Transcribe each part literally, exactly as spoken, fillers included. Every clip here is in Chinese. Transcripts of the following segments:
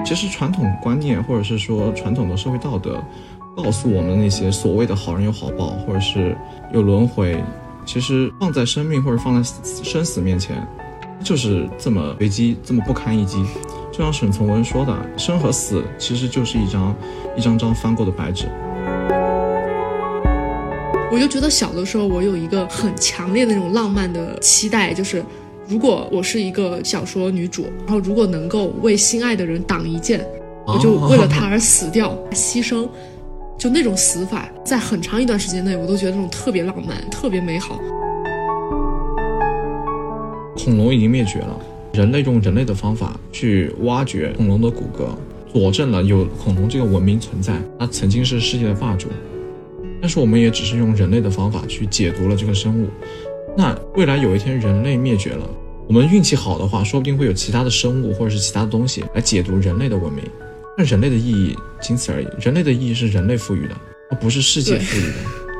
其实传统观念或者是说传统的社会道德告诉我们那些所谓的好人有好报，或者是有轮回，其实放在生命或者放在生死面前就是这么随机，这么不堪一击。就像沈从文说的，生和死其实就是一张一张张翻过的白纸。 我就觉得小的时候我有一个很强烈的那种浪漫的期待，就是如果我是一个小说女主，然后如果能够为心爱的人挡一剑，我就为了他而死掉牺牲，就那种死法在很长一段时间内我都觉得那种特别浪漫特别美好。 恐龙已经灭绝了，人类用人类的方法去挖掘恐龙的骨骼，佐证了有恐龙这个文明存在，它曾经是世界的霸主。但是我们也只是用人类的方法去解读了这个生物。那未来有一天人类灭绝了，我们运气好的话，说不定会有其他的生物或者是其他的东西来解读人类的文明。那人类的意义仅此而已，人类的意义是人类赋予的，而不是世界赋予的。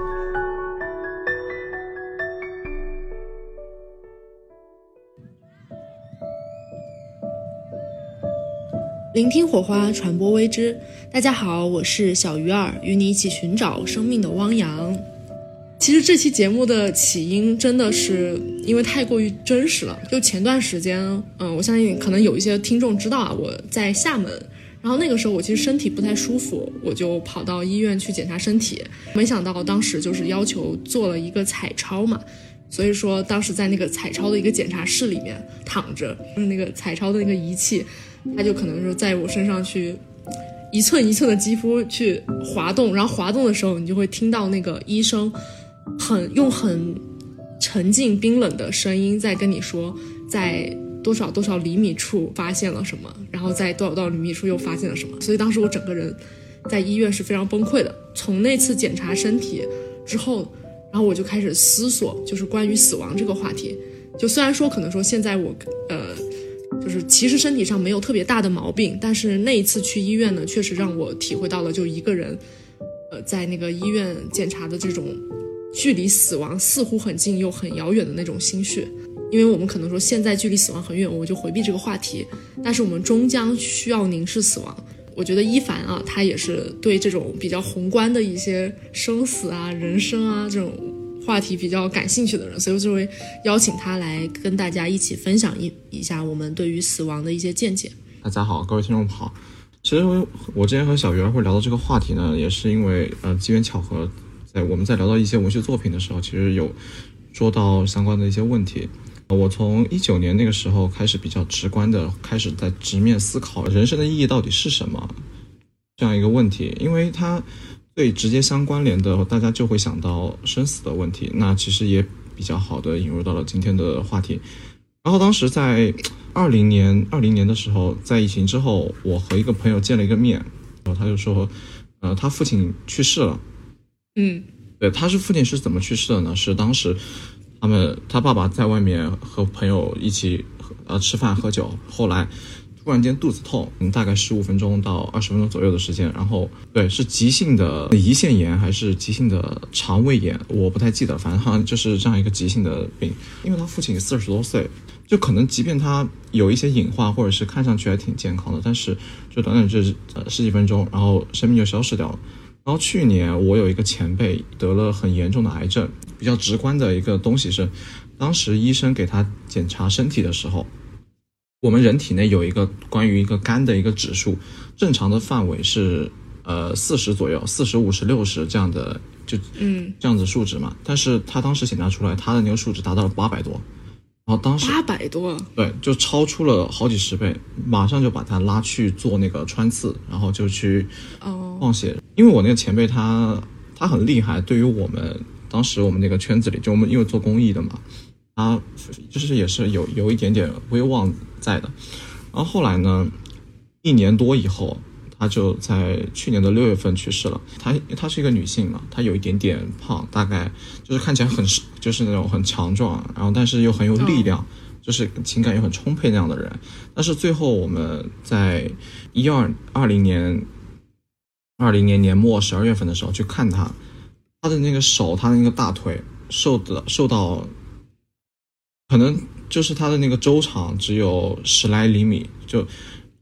聆听火花，传播微知。大家好，我是小鱼儿，与你一起寻找生命的汪洋。其实这期节目的起因真的是因为太过于真实了。就前段时间，嗯，我相信可能有一些听众知道啊，我在厦门，然后那个时候我其实身体不太舒服，我就跑到医院去检查身体。没想到当时就是要求做了一个彩超嘛，所以说当时在那个彩超的一个检查室里面躺着，那个彩超的那个仪器它就可能是在我身上去一寸一寸的肌肤去滑动，然后滑动的时候你就会听到那个医生很用很沉静冰冷的声音在跟你说在多少多少厘米处发现了什么，然后在多少多少厘米处又发现了什么。所以当时我整个人在医院是非常崩溃的。从那次检查身体之后，然后我就开始思索就是关于死亡这个话题。就虽然说可能说现在我呃就是其实身体上没有特别大的毛病，但是那一次去医院呢，确实让我体会到了就一个人呃，在那个医院检查的这种距离死亡似乎很近又很遥远的那种心绪。因为我们可能说现在距离死亡很远，我们就回避这个话题，但是我们终将需要凝视死亡。我觉得一凡啊，他也是对这种比较宏观的一些生死啊人生啊这种话题比较感兴趣的人，所以我就会邀请他来跟大家一起分享一一下我们对于死亡的一些见解。 大家好，各位听众好。其实我之前和小鱼儿会聊到这个话题呢，也是因为呃机缘巧合，在我们在聊到一些文学作品的时候，其实有说到相关的一些问题。我从一九年那个时候开始比较直观的开始在直面思考人生的意义到底是什么这样一个问题，因为它最直接相关联的大家就会想到生死的问题，那其实也比较好的引入到了今天的话题。然后当时在二零年二零年的时候，在疫情之后，我和一个朋友见了一个面，然后他就说呃，他父亲去世了。 嗯， 对，他是父亲是怎么去世的呢？是当时他们他爸爸在外面和朋友一起呃吃饭喝酒，后来突然间肚子痛，大概十五分钟到二十分钟左右的时间，然后对是急性的胰腺炎还是急性的肠胃炎，我不太记得，反正好像就是这样一个急性的病。因为他父亲四十多岁，就可能即便他有一些隐患或者是看上去还挺健康的，但是就短短这呃十几分钟，然后生命就消失掉了。然后去年我有一个前辈得了很严重的癌症，比较直观的一个东西是，当时医生给他检查身体的时候，我们人体内有一个关于一个肝的一个指数，正常的范围是呃四十左右，四十五十六十这样的，就嗯这样子数值嘛。但是他当时检查出来，他的那个数值达到了八百多，然后当时八百多， 对，就超出了好几十倍，马上就把他拉去做那个穿刺，然后就去放血。哦、因为我那个前辈他他很厉害，对于我们当时我们那个圈子里，就我们因为做公益的嘛，他就是也是有有一点点威望在的。然后后来呢，一年多以后，他就在去年的六月份去世了。她她是一个女性嘛，她有一点点胖，大概就是看起来很就是那种很强壮，然后但是又很有力量，就是情感又很充沛那样的人。但是最后我们在一二二零年二零年年末十二月份的时候去看她，她的那个手，她的那个大腿受的受到，可能就是她的那个周长只有十来厘米，就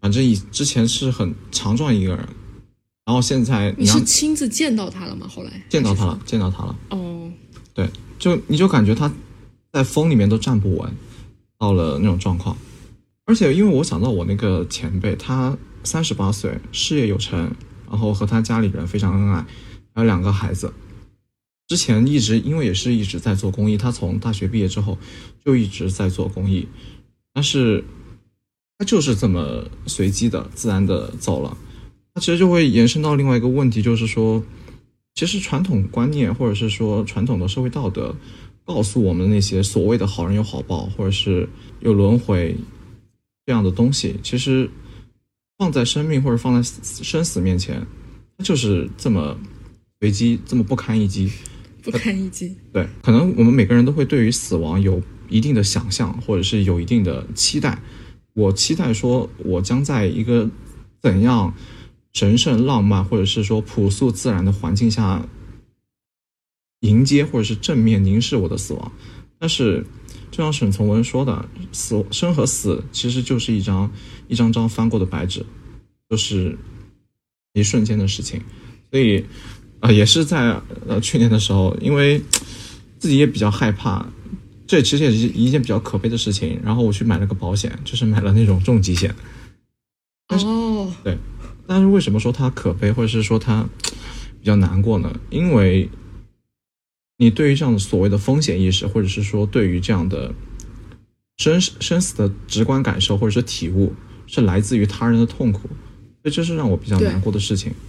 反正以之前是很强壮一个人，然后现在你是亲自见到他了吗？后来见到他了，见到他了。 哦， 对，就你就感觉他在风里面都站不稳，到了那种状况。而且因为我想到我那个前辈，他三十八岁，事业有成，然后和他家里人非常恩爱，还有两个孩子。之前一直因为也是一直在做公益，他从大学毕业之后就一直在做公益，但是他就是这么随机的自然的走了。他其实就会延伸到另外一个问题，就是说其实传统观念或者是说传统的社会道德告诉我们那些所谓的好人有好报或者是有轮回这样的东西，其实放在生命或者放在生死面前，它就是这么随机，这么不堪一击。 不堪一击。 对，可能我们每个人都会对于死亡有一定的想象，或者是有一定的期待。我期待说，我将在一个怎样神圣、浪漫，或者是说朴素自然的环境下迎接，或者是正面凝视我的死亡。但是，就像沈从文说的，死生和死其实就是一张一张张翻过的白纸，就是一瞬间的事情。所以。呃，也是在呃去年的时候，因为自己也比较害怕，这其实也是一件比较可悲的事情。然后我去买了个保险，就是买了那种重疾险。 哦， 对，但是为什么说它可悲，或者是说它比较难过呢？因为你对于这样的所谓的风险意识，或者是说对于这样的生生死的直观感受或者是体悟，是来自于他人的痛苦，所以这是让我比较难过的事情。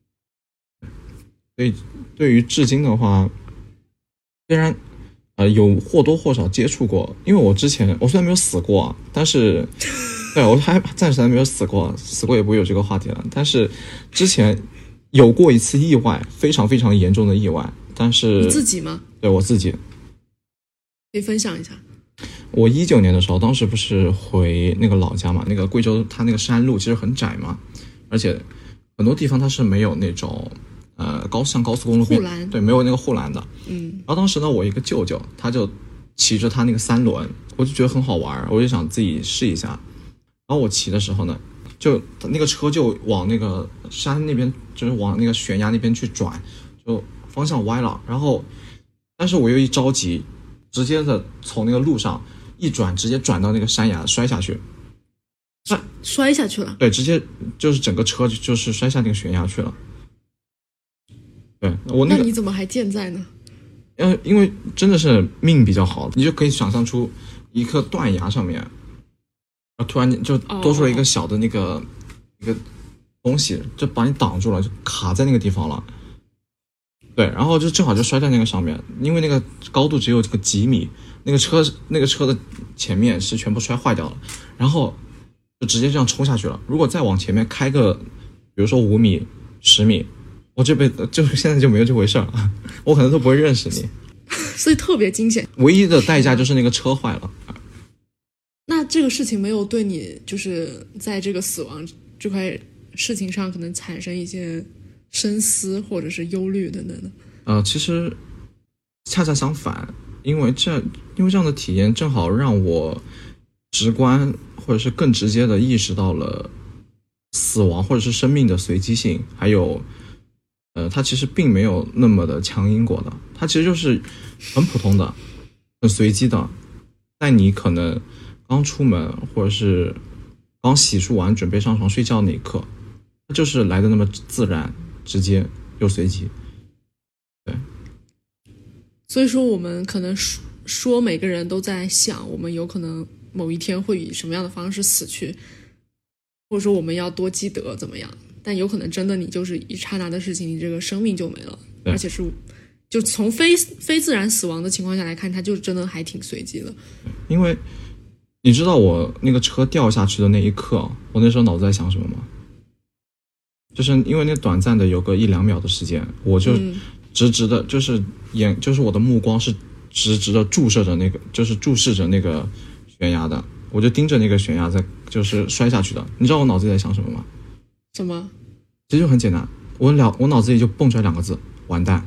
所以对于至今的话，虽然呃有或多或少接触过，因为我之前我虽然没有死过，但是对我还暂时还没有死过，死过也不会有这个话题了。但是之前有过一次意外，非常非常严重的意外。但是你自己吗？ 对，我自己。可以分享一下。 我一九年的时候，当时不是回那个老家嘛，那个贵州它那个山路其实很窄嘛，而且很多地方它是没有那种。呃，高像高速公路护栏， 对，没有那个护栏的。 嗯， 然后当时呢，我一个舅舅，他就骑着他那个三轮，我就觉得很好玩，我就想自己试一下。然后我骑的时候呢，就那个车就往那个山那边，就是往那个悬崖那边去转，就方向歪了。然后，但是我又一着急，直接的从那个路上一转，直接转到那个山崖摔下去， 摔摔下去了。 对，直接就是整个车就就是摔下那个悬崖去了。对我那个， 那你怎么还健在呢？ 呃，因为真的是命比较好，你就可以想象出一颗断崖上面，突然就多出了一个小的那个、哦、一个东西，就把你挡住了，就卡在那个地方了。对，然后就正好就摔在那个上面，因为那个高度只有这个几米，那个车那个车的前面是全部摔坏掉了，然后就直接这样冲下去了。如果再往前面开个，比如说五米、十米。我这辈子就是现在就没有这回事儿，我可能都不会认识你， 所以特别惊险。 唯一的代价就是那个车坏了。 那这个事情没有对你就是在这个死亡这块事情上可能产生一些深思或者是忧虑等等的？ 呃，其实恰恰相反，因为这因为这样的体验正好让我直观或者是更直接的意识到了死亡或者是生命的随机性，还有。呃，它其实并没有那么的强因果的，它其实就是很普通的、很随机的，在你可能刚出门或者是刚洗漱完准备上床睡觉那一刻，它就是来的那么自然、直接又随机。对， 所以说我们可能说每个人都在想，我们有可能某一天会以什么样的方式死去，或者说我们要多积德怎么样。但有可能真的你就是一刹那的事情，你这个生命就没了，而且是就从非非自然死亡的情况下来看，它就真的还挺随机的。 因为你知道我那个车掉下去的那一刻，我那时候脑子在想什么吗？就是因为那短暂的有个一两秒的时间，我就直直的，就是眼，就是我的目光是直直的注视着那个，就是注视着那个悬崖的，我就盯着那个悬崖在就是摔下去的。你知道我脑子里在想什么吗？ 什么？ 其实就很简单，我了我脑子里就蹦出来两个字：完蛋。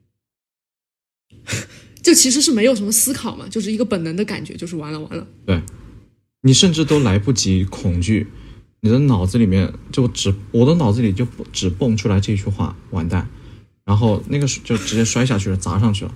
就其实是没有什么思考嘛，就是一个本能的感觉，就是完了完了。 对，你甚至都来不及恐惧， 你的脑子里面就只我的脑子里就只蹦出来这句话，完蛋，然后那个就直接摔下去了，砸上去了。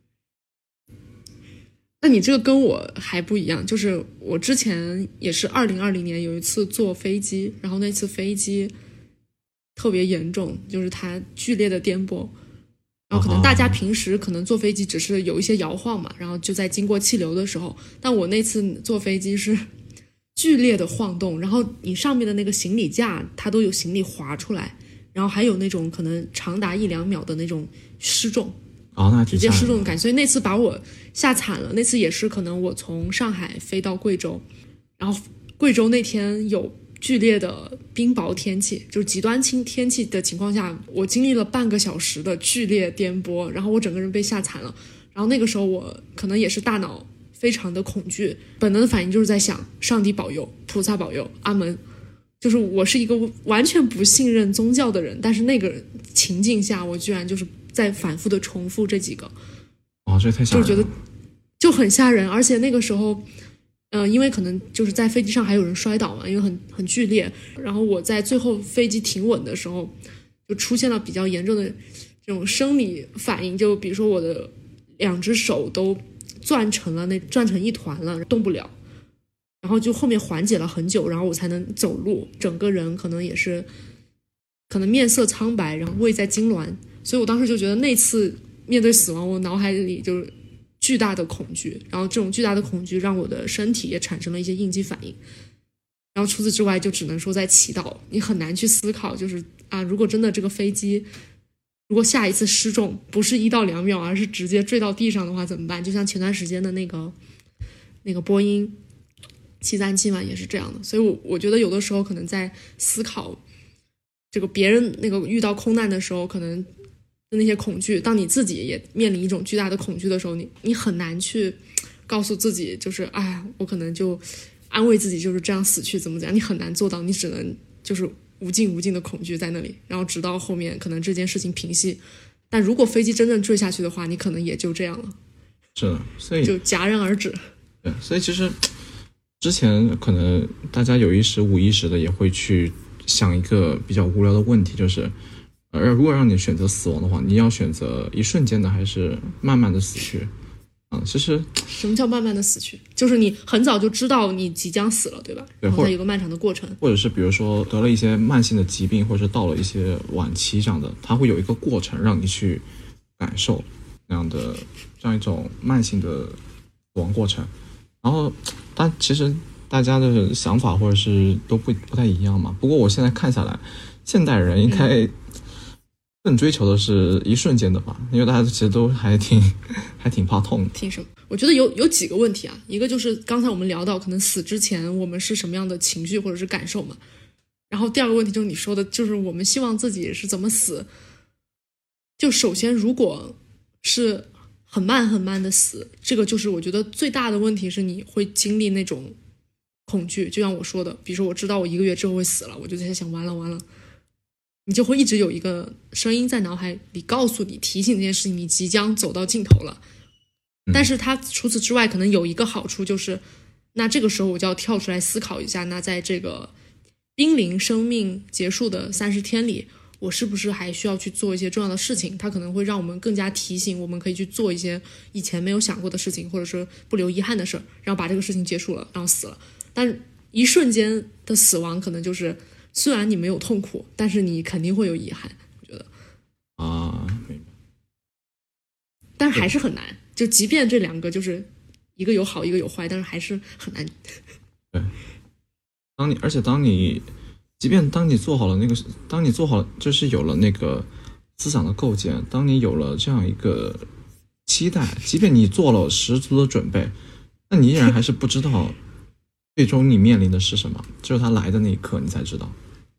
那你这个跟我还不一样，就是我之前也是二零二零年有一次坐飞机，然后那次飞机特别严重，就是它剧烈的颠簸，然后可能大家平时可能坐飞机只是有一些摇晃嘛，然后就在经过气流的时候，但我那次坐飞机是剧烈的晃动，然后你上面的那个行李架它都有行李滑出来，然后还有那种可能长达一两秒的那种失重。 哦，那直接失重感，所以那次把我吓惨了。那次也是可能我从上海飞到贵州，然后贵州那天有剧烈的冰雹天气，就是极端晴天气的情况下，我经历了半个小时的剧烈颠簸，然后我整个人被吓惨了。然后那个时候我可能也是大脑非常的恐惧，本能的反应就是在想上帝保佑，菩萨保佑，阿门。就是我是一个完全不信任宗教的人，但是那个情境下我居然就是在反复的重复这几个， 哦，这太吓人了， 就觉得就很吓人。而且那个时候嗯、呃，因为可能就是在飞机上还有人摔倒嘛，因为很很剧烈，然后我在最后飞机停稳的时候就出现了比较严重的这种生理反应，就比如说我的两只手都攥成了那攥成一团了，动不了，然后就后面缓解了很久，然后我才能走路，整个人可能也是可能面色苍白，然后胃在痉挛。所以我当时就觉得那次面对死亡，我脑海里就是巨大的恐惧，然后这种巨大的恐惧让我的身体也产生了一些应激反应。然后除此之外就只能说在祈祷，你很难去思考，就是啊，如果真的这个飞机如果下一次失重不是一到两秒，而是直接坠到地上的话怎么办？就像前段时间的那个那个波音七三七嘛，也是这样的。所以我我觉得有的时候可能在思考这个别人那个遇到空难的时候可能的那些恐惧，当你自己也面临一种巨大的恐惧的时候，你你很难去告诉自己就是哎，我可能就安慰自己就是这样死去怎么怎样，你很难做到，你只能就是无尽无尽的恐惧在那里，然后直到后面可能这件事情平息。但如果飞机真正坠下去的话，你可能也就这样了， 是的，所以就戛然而止。 对，所以其实之前可能大家有意识无意识的也会去想一个比较无聊的问题，就是呃，如果让你选择死亡的话，你要选择一瞬间的还是慢慢的死去？嗯，其实什么叫慢慢的死去？就是你很早就知道你即将死了，对吧？ 对， 然后它有个漫长的过程， 或者是比如说得了一些慢性的疾病，或者是到了一些晚期这样的，它会有一个过程让你去感受那样的这样一种慢性的死亡过程。然后，但其实大家的想法或者是都不不太一样嘛。不过我现在看下来，现代人应该更追求的是一瞬间的吧，因为大家其实都还挺还挺怕痛的。 挺什么？我觉得有有几个问题啊，一个就是刚才我们聊到，可能死之前我们是什么样的情绪或者是感受嘛。然后第二个问题就是你说的，就是我们希望自己是怎么死。就首先，如果是很慢很慢的死，这个就是我觉得最大的问题是你会经历那种恐惧，就像我说的，比如说我知道我一个月之后会死了，我就在想完了完了，你就会一直有一个声音在脑海里告诉你，提醒这件事情你即将走到尽头了。但是它除此之外可能有一个好处，就是那这个时候我就要跳出来思考一下，那在这个濒临生命结束的三十天里，我是不是还需要去做一些重要的事情？它可能会让我们更加提醒我们可以去做一些以前没有想过的事情，或者是不留遗憾的事儿，然后把这个事情结束了，然后死了。但一瞬间的死亡可能就是虽然你没有痛苦，但是你肯定会有遗憾，我觉得啊，明白。 但还是很难，就即便这两个就是一个有好一个有坏，但是还是很难。 对，当你而且当你即便当你做好了那个，当你做好就是有了那个思想的构建，当你有了这样一个期待，即便你做了十足的准备，那你依然还是不知道最终你面临的是什么，只有它来的那一刻你才知道。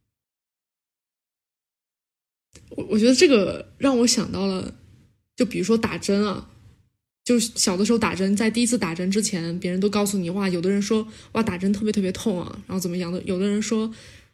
我我觉得这个让我想到了，就比如说打针啊，就小的时候打针，在第一次打针之前，别人都告诉你哇，有的人说哇打针特别特别痛啊，然后怎么样的，有的人说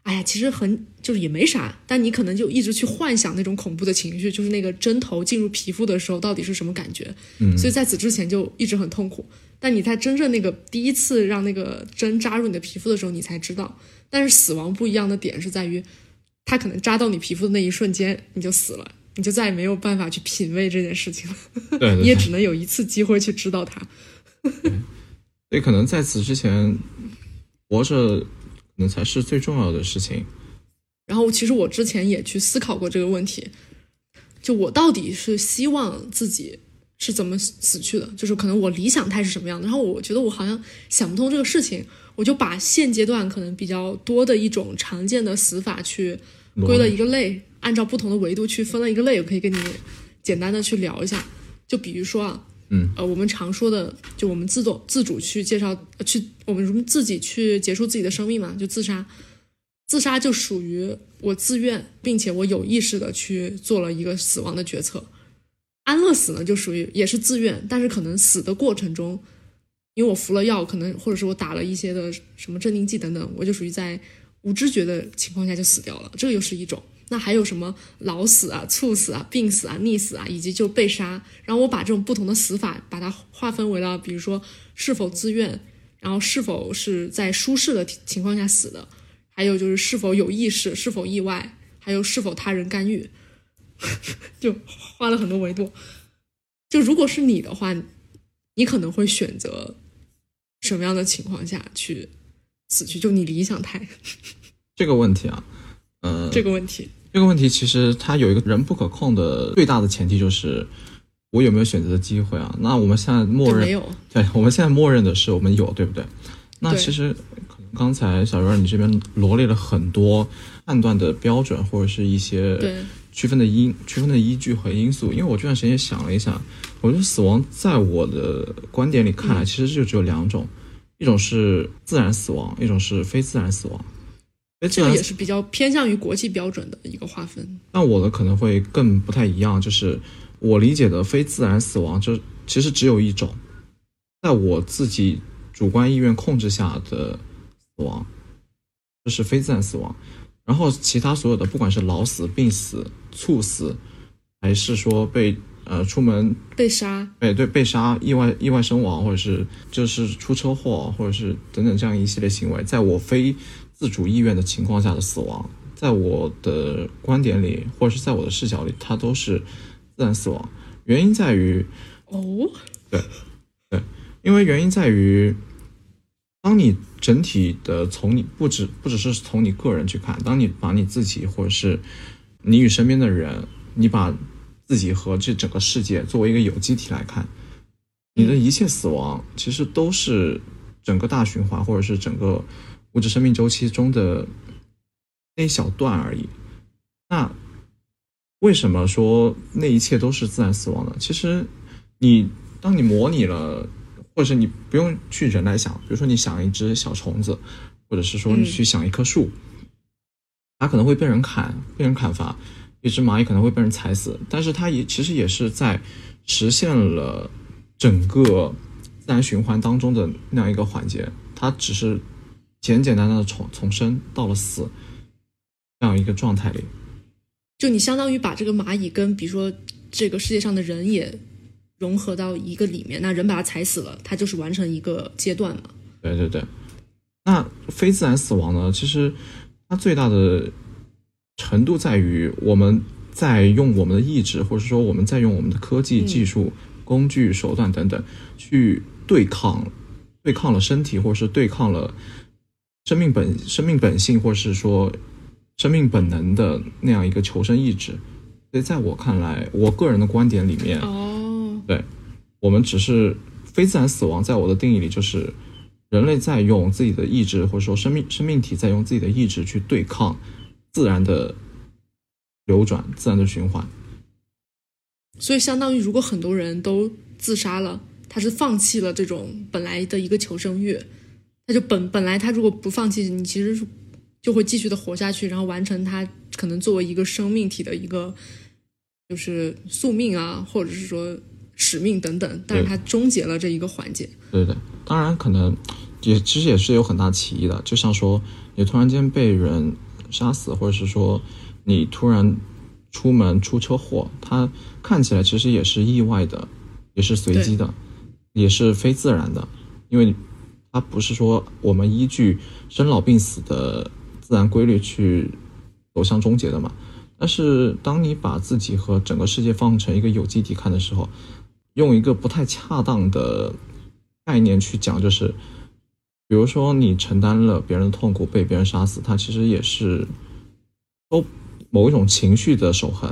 哎呀，其实很就是也没啥，但你可能就一直去幻想那种恐怖的情绪，就是那个针头进入皮肤的时候到底是什么感觉。嗯，所以在此之前就一直很痛苦。但你在真正那个第一次让那个针扎入你的皮肤的时候，你才知道。但是死亡不一样的点是在于，它可能扎到你皮肤的那一瞬间你就死了，你就再也没有办法去品味这件事情了。 对对对， 你也只能有一次机会去知道它。 所以可能在此之前，活着可能才是最重要的事情。 然后其实我之前也去思考过这个问题，就我到底是希望自己是怎么死去的，就是可能我理想态是什么样的，然后我觉得我好像想不通这个事情，我就把现阶段可能比较多的一种常见的死法去归了一个类，按照不同的维度去分了一个类，我可以跟你简单的去聊一下。就比如说啊， 嗯， 呃，我们常说的，就我们自动自主去介绍，呃、去我们自己去结束自己的生命嘛，就自杀。自杀就属于我自愿，并且我有意识的去做了一个死亡的决策。安乐死呢，就属于也是自愿，但是可能死的过程中，因为我服了药，可能或者是我打了一些的什么镇定剂等等，我就属于在无知觉的情况下就死掉了，这个又是一种。那还有什么老死啊、猝死啊、病死啊、溺死啊，以及就被杀。然后我把这种不同的死法把它划分为了，比如说是否自愿，然后是否是在舒适的情况下死的，还有就是是否有意识、是否意外，还有是否他人干预，就花了很多维度。就如果是你的话，你可能会选择什么样的情况下去死去？就你理想态。 这个问题啊，呃， 这个问题。 这个问题其实它有一个人不可控的最大的前提，就是我有没有选择的机会啊？那我们现在默认没有， 对，我们现在默认的是我们有，对不对？那其实可能刚才小鱼儿你这边罗列了很多判断的标准，或者是一些区分的因区分的依据和因素。因为我这段时间也想了一下，我觉得死亡在我的观点里看来，其实就只有两种，嗯、一种是自然死亡，一种是非自然死亡。 这个也是比较偏向于国际标准的一个划分。 但我的可能会更不太一样，就是我理解的非自然死亡，就其实只有一种，在我自己主观意愿控制下的死亡，这是非自然死亡。然后其他所有的，不管是老死、病死、猝死，还是说被呃出门被杀， 哎对被杀、意外意外身亡，或者是就是出车祸，或者是等等这样一系列行为，在我非自主意愿的情况下的死亡，在我的观点里，或者是在我的视角里，它都是自然死亡。原因在于， 哦， 对对，因为原因在于，当你整体的从你不只不只是从你个人去看，当你把你自己或者是你与身边的人，你把自己和这整个世界作为一个有机体来看，你的一切死亡其实都是整个大循环或者是整个物质生命周期中的那一小段而已。那为什么说那一切都是自然死亡呢？其实你当你模拟了，或者是你不用去人来想，比如说你想一只小虫子，或者是说你去想一棵树，嗯、它可能会被人砍被人砍伐，一只蚂蚁可能会被人踩死，但是它也其实也是在实现了整个自然循环当中的那样一个环节，它只是简简单单的从从生到了死这样一个状态里。 就你相当于把这个蚂蚁跟比如说这个世界上的人也融合到一个里面，那人把它踩死了，它就是完成一个阶段嘛。 对对对。那非自然死亡呢，其实它最大的程度在于我们在用我们的意志，或者说我们在用我们的科技技术、嗯、工具手段等等去对抗对抗了身体，或者是对抗了生命本生命本性，或者是说生命本能的那样一个求生意志。所以在我看来，我个人的观点里面， 哦， 对，我们只是非自然死亡，在我的定义里就是人类在用自己的意志，或者说生命生命体在用自己的意志去对抗自然的流转、自然的循环。 所以相当于如果很多人都自杀了，他是放弃了这种本来的一个求生欲，他就本本来他如果不放弃，你其实就会继续的活下去，然后完成他可能作为一个生命体的一个就是宿命啊，或者是说使命等等，但是他终结了这一个环节。 对对，当然可能也其实也是有很大歧义的，就像说你突然间被人杀死，或者是说你突然出门出车祸，它看起来其实也是意外的，也是随机的，也是非自然的，因为它不是说我们依据生老病死的自然规律去走向终结的嘛。但是当你把自己和整个世界放成一个有机体看的时候，用一个不太恰当的概念去讲，就是比如说你承担了别人的痛苦，被别人杀死，它其实也是都某一种情绪的守恒。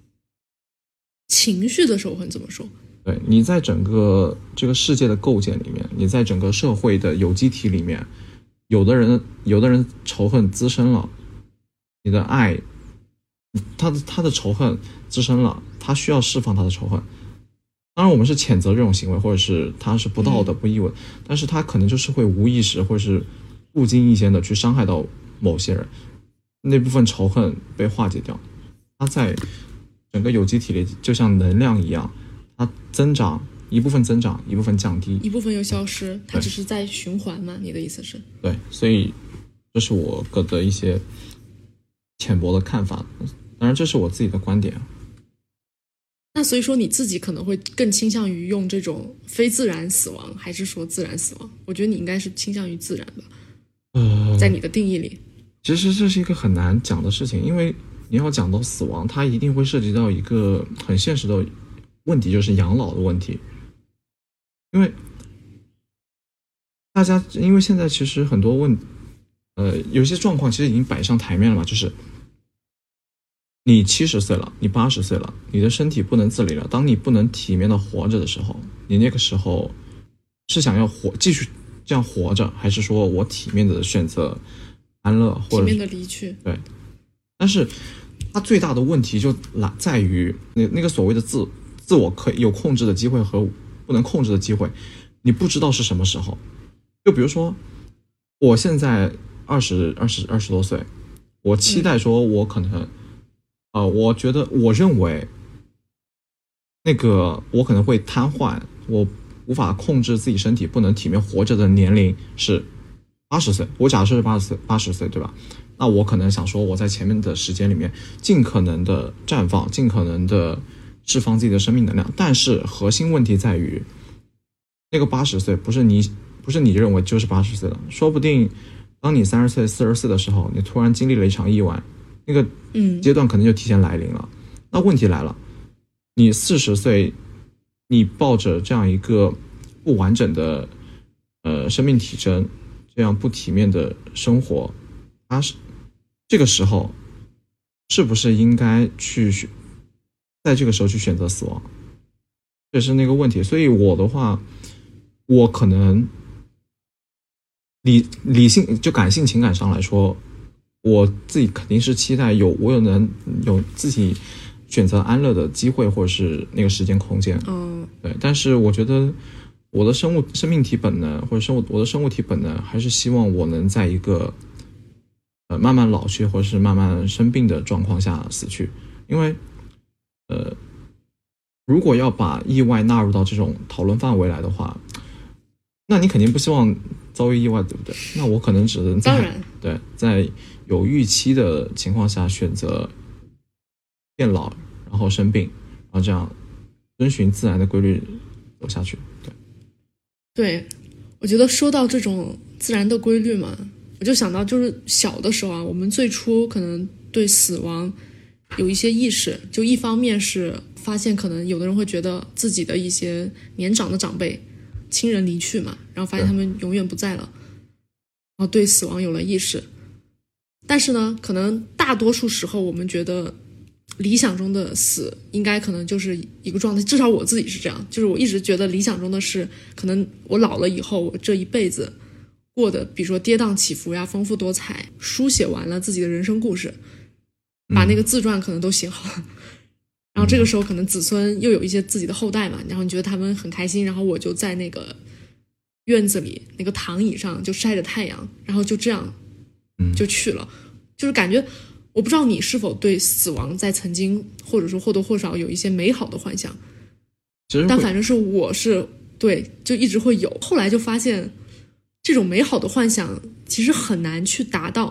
情绪的守恒怎么说？ 对，你在整个这个世界的构建里面，你在整个社会的有机体里面，有的人有的人仇恨滋生了，你的爱他的他的仇恨滋生了，他需要释放他的仇恨。当然我们是谴责这种行为，或者是他是不道德不义文、嗯、但是他可能就是会无意识或者是不经意间的去伤害到某些人，那部分仇恨被化解掉，它在整个有机体里就像能量一样，它增长一部分增长一部分降低， 一部分又消失，它只是在循环嘛？你的意思是？ 对，所以这是我个的一些浅薄的看法，当然这是我自己的观点。 那所以说你自己可能会更倾向于用这种非自然死亡，还是说自然死亡？我觉得你应该是倾向于自然吧。呃，在你的定义里， 其实这是一个很难讲的事情，因为你要讲到死亡，它一定会涉及到一个很现实的问题，就是养老的问题。因为大家，因为现在其实很多问，呃，有些状况其实已经摆上台面了嘛，就是你七十岁了，你八十岁了，你的身体不能自理了。当你不能体面的活着的时候，你那个时候是想要活继续这样活着，还是说我体面的选择安乐，或者体面的离去？ 对。但是它最大的问题就在于那那个所谓的自自我可以有控制的机会和不能控制的机会，你不知道是什么时候。就比如说，我现在二十二十二十多岁，我期待说我可能。嗯呃，我觉得，我认为，那个我可能会瘫痪，我无法控制自己身体，不能体面活着的年龄是八十岁。我假设是八十岁，八十岁，对吧？那我可能想说，我在前面的时间里面，尽可能的绽放，尽可能的释放自己的生命能量。但是核心问题在于，那个八十岁不是你不是你认为就是八十岁了，说不定当你三十岁、四十岁的时候，你突然经历了一场意外。那个阶段可能就提前来临了、嗯、那问题来了，你四十岁，你抱着这样一个不完整的呃生命体征，这样不体面的生活，它是这个时候是不是应该去在这个时候去选择死亡，这是那个问题。所以我的话，我可能理理性就感性情感上来说，我自己肯定是期待有我有能有自己选择安乐的机会，或者是那个时间空间。 嗯， 对。但是我觉得我的生物生命体本能，或者生物我的生物体本能，还是希望我能在一个呃慢慢老去，或者是慢慢生病的状况下死去。因为呃，如果要把意外纳入到这种讨论范围来的话，那你肯定不希望遭遇意外，对不对？那我可能只能在当然对在有预期的情况下选择变老，然后生病，然后这样遵循自然的规律走下去。对， 对，我觉得说到这种自然的规律嘛，我就想到就是小的时候啊，我们最初可能对死亡有一些意识，就一方面是发现可能有的人会觉得自己的一些年长的长辈亲人离去嘛，然后发现他们永远不在了，然后对死亡有了意识。但是呢，可能大多数时候我们觉得理想中的死应该可能就是一个状态，至少我自己是这样，就是我一直觉得理想中的是可能我老了以后，我这一辈子过得比如说跌宕起伏呀，丰富多彩，书写完了自己的人生故事，把那个自传可能都写好了、嗯、然后这个时候可能子孙又有一些自己的后代嘛，然后你觉得他们很开心，然后我就在那个院子里那个躺椅上就晒着太阳，然后就这样就去了。就是感觉我不知道你是否对死亡在曾经或者说或多或少有一些美好的幻想，但反正是我是对就一直会有，后来就发现这种美好的幻想其实很难去达到，就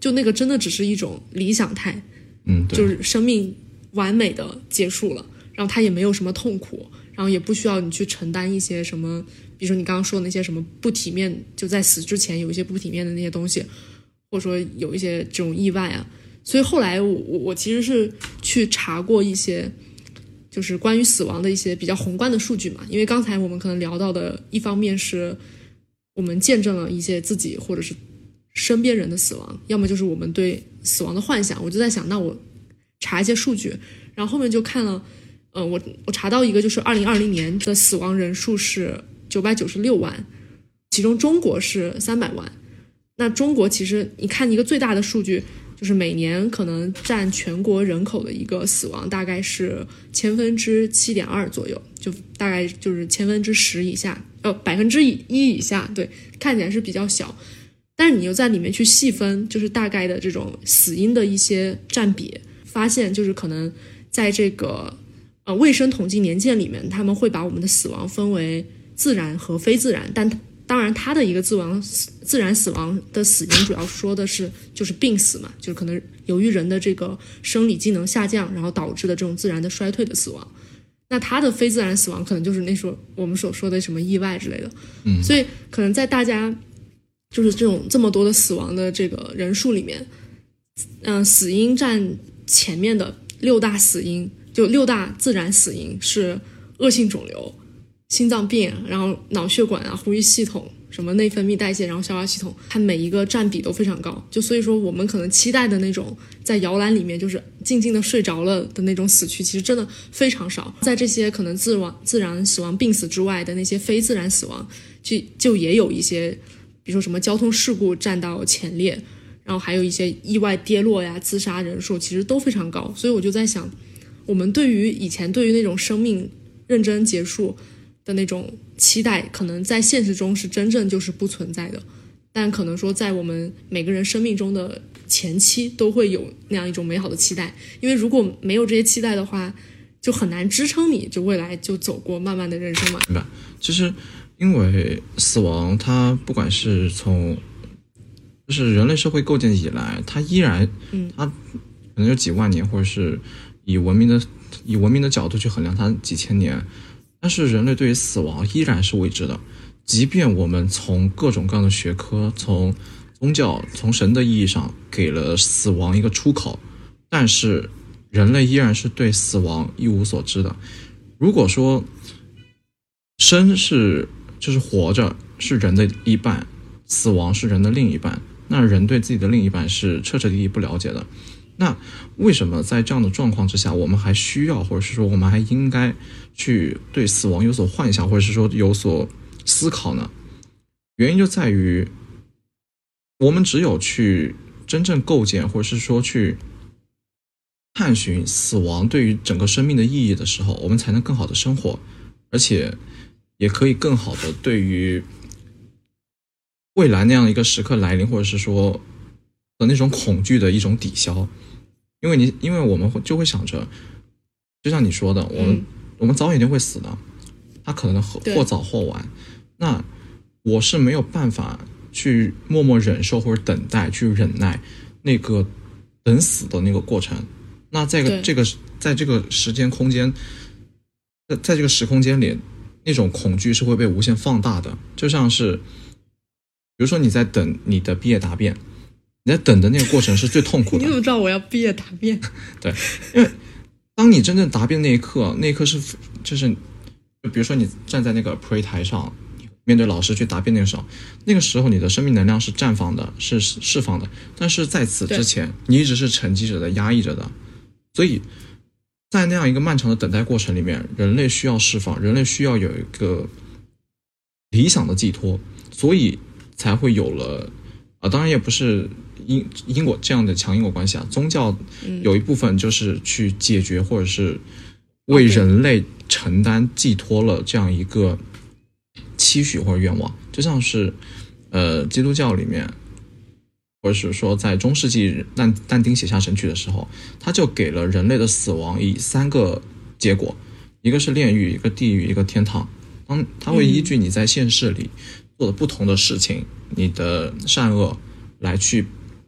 就那个真的只是一种理想态， 嗯，对， 就是生命完美的结束了，然后它也没有什么痛苦，然后也不需要你去承担一些什么，比如说你刚刚说的那些什么不体面，就在死之前有一些不体面的那些东西，或者说有一些这种意外啊。所以后来我我我其实是去查过一些就是关于死亡的一些比较宏观的数据嘛，因为刚才我们可能聊到的一方面是我们见证了一些自己或者是身边人的死亡，要么就是我们对死亡的幻想，我就在想那我查一些数据，然后后面就看了呃，我我查到一个就是二零二零年的死亡人数是九百九十六万，其中中国是三百万。那中国其实你看一个最大的数据，就是每年可能占全国人口的一个死亡大概是千分之七点二左右，就大概就是千分之十以下，呃，百分之一以下，对，看起来是比较小。但是你又在里面去细分，就是大概的这种死因的一些占比，发现就是可能在这个呃卫生统计年鉴里面，他们会把我们的死亡分为自然和非自然，但当然它的一个自亡自然死亡的死因主要说的是就是病死嘛，就是可能由于人的这个生理机能下降，然后导致的这种自然的衰退的死亡。那它的非自然死亡可能就是那时候我们所说的什么意外之类的。嗯，所以可能在大家就是这种这么多的死亡的这个人数里面，嗯、呃，死因占前面的六大死因，就六大自然死因是恶性肿瘤、心脏病，然后脑血管啊、呼吸系统、什么内分泌代谢，然后消化系统，它每一个占比都非常高。就所以说我们可能期待的那种在摇篮里面就是静静的睡着了的那种死去，其实真的非常少。在这些可能自亡自然死亡病死之外的那些非自然死亡，就就也有一些，比如说什么交通事故占到前列，然后还有一些意外跌落呀、自杀人数其实都非常高。所以我就在想，我们对于以前对于那种生命认真结束的那种期待，可能在现实中是真正就是不存在的，但可能说在我们每个人生命中的前期都会有那样一种美好的期待，因为如果没有这些期待的话，就很难支撑你就未来就走过漫漫的人生嘛。 明白。其实因为死亡它不管是从就是人类社会构建以来，它依然嗯，它可能有几万年，或者是以文明的以文明的角度去衡量它几千年，但是人类对于死亡依然是未知的。即便我们从各种各样的学科，从宗教，从神的意义上给了死亡一个出口，但是人类依然是对死亡一无所知的。如果说生是就是活着是人的一半，死亡是人的另一半，那人对自己的另一半是彻彻底底不了解的。那为什么在这样的状况之下，我们还需要，或者是说我们还应该去对死亡有所幻想，或者是说有所思考呢？原因就在于我们只有去真正构建，或者是说去探寻死亡对于整个生命的意义的时候，我们才能更好的生活，而且也可以更好的对于未来那样一个时刻来临，或者是说的那种恐惧的一种抵消。因为你因为我们就会想着，就像你说的，我们、嗯、我们早晚一定会死的，它可能或早或晚。那我是没有办法去默默忍受或者等待，去忍耐那个等死的那个过程。那在这个这个在这个时间空间，在在这个时空间里，那种恐惧是会被无限放大的。就像是比如说你在等你的毕业答辩，你在等的那个过程是最痛苦的。 你怎么知道我要毕业答辩？ 对，因为当你真正答辩那一刻，那一刻是就是就比如说你站在那个 pre 台上，面对老师去答辩那个时候，那个时候你的生命能量是绽放的，是释放的。但是在此之前，你一直是沉积着的，压抑着的。所以在那样一个漫长的等待过程里面，人类需要释放，人类需要有一个理想的寄托，所以才会有了啊，当然也不是因因果这样的强因果关系啊。宗教有一部分就是去解决，或者是为人类承担寄托了这样一个期许或者愿望，就像是呃基督教里面，或者是说在中世纪但但丁写下神曲的时候，他就给了人类的死亡以三个结果，一个是炼狱，一个地狱，一个天堂。当他会依据你在现世里做的不同的事情，你的善恶来去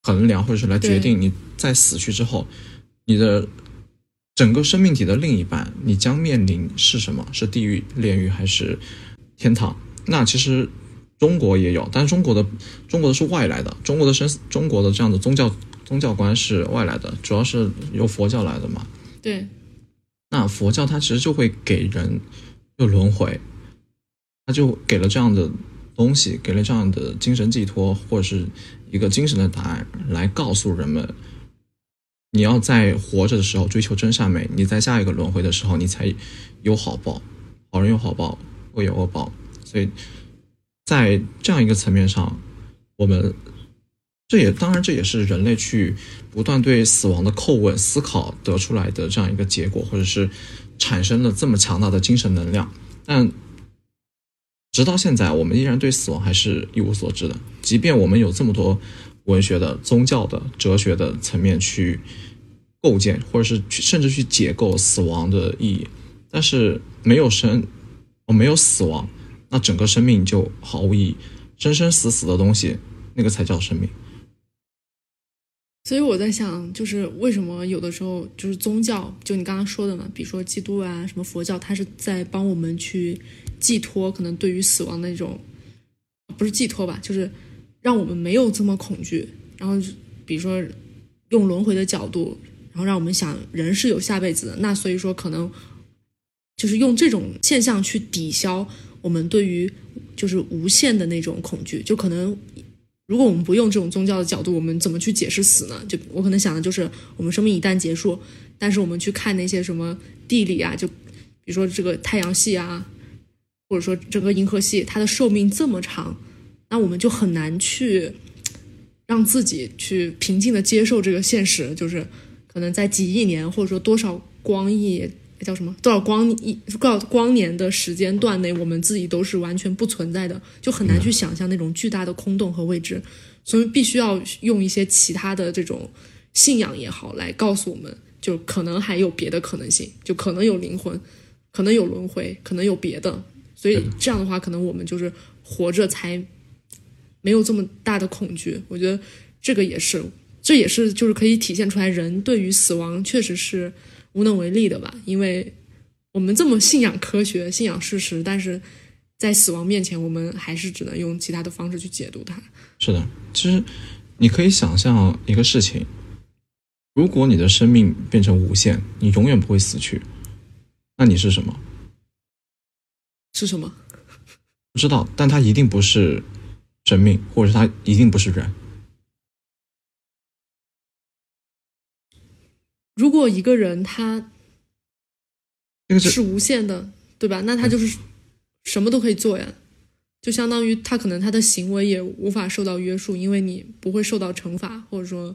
衡量或者是来决定你在死去之后，你的整个生命体的另一半，你将面临是什么？是地狱、炼狱还是天堂？那其实中国也有，但是中国的中国的是外来的，中国的生中国的这样的宗教宗教观是外来的，主要是由佛教来的嘛。 对。 那佛教它其实就会给人就轮回，它就给了这样的东西，给了这样的精神寄托，或者是一个精神的答案，来告诉人们，你要在活着的时候追求真善美，你在下一个轮回的时候，你才有好报，好人有好报，恶有恶报。所以在这样一个层面上，我们这也当然这也是人类去不断对死亡的叩问思考得出来的这样一个结果，或者是产生了这么强大的精神能量。但直到现在，我们依然对死亡还是一无所知的，即便我们有这么多文学的、宗教的、哲学的层面去构建，或者是甚至去解构死亡的意义，但是没有生，没有死亡，那整个生命就毫无意义。生生死死的东西，那个才叫生命。 所以我在想，就是为什么有的时候就是宗教，就你刚刚说的嘛，比如说基督啊，什么佛教，它是在帮我们去寄托可能对于死亡的那种，不是寄托吧，就是让我们没有这么恐惧。然后比如说用轮回的角度，然后让我们想人是有下辈子的，那所以说可能就是用这种现象去抵消我们对于就是无限的那种恐惧。就可能如果我们不用这种宗教的角度，我们怎么去解释死呢？就我可能想的就是我们生命一旦结束，但是我们去看那些什么地理啊，就比如说这个太阳系啊，或者说整个银河系，它的寿命这么长，那我们就很难去让自己去平静的接受这个现实，就是可能在几亿年或者说多少光亿叫什么多少光亿多少光年的时间段内，我们自己都是完全不存在的，就很难去想象那种巨大的空洞和未知。所以必须要用一些其他的这种信仰也好来告诉我们，就可能还有别的可能性，就可能有灵魂，可能有轮回，可能有别的。所以这样的话，可能我们就是活着才没有这么大的恐惧。我觉得这个也是这也是就是可以体现出来人对于死亡确实是无能为力的吧。因为我们这么信仰科学，信仰事实，但是在死亡面前我们还是只能用其他的方式去解读它。 是的，其实你可以想象一个事情，如果你的生命变成无限，你永远不会死去，那你是什么？ 是什么？ 不知道，但它一定不是生命，或者是它一定不是人。 如果一个人他这个是是无限的，对吧？那他就是什么都可以做呀，就相当于他可能他的行为也无法受到约束，因为你不会受到惩罚，或者说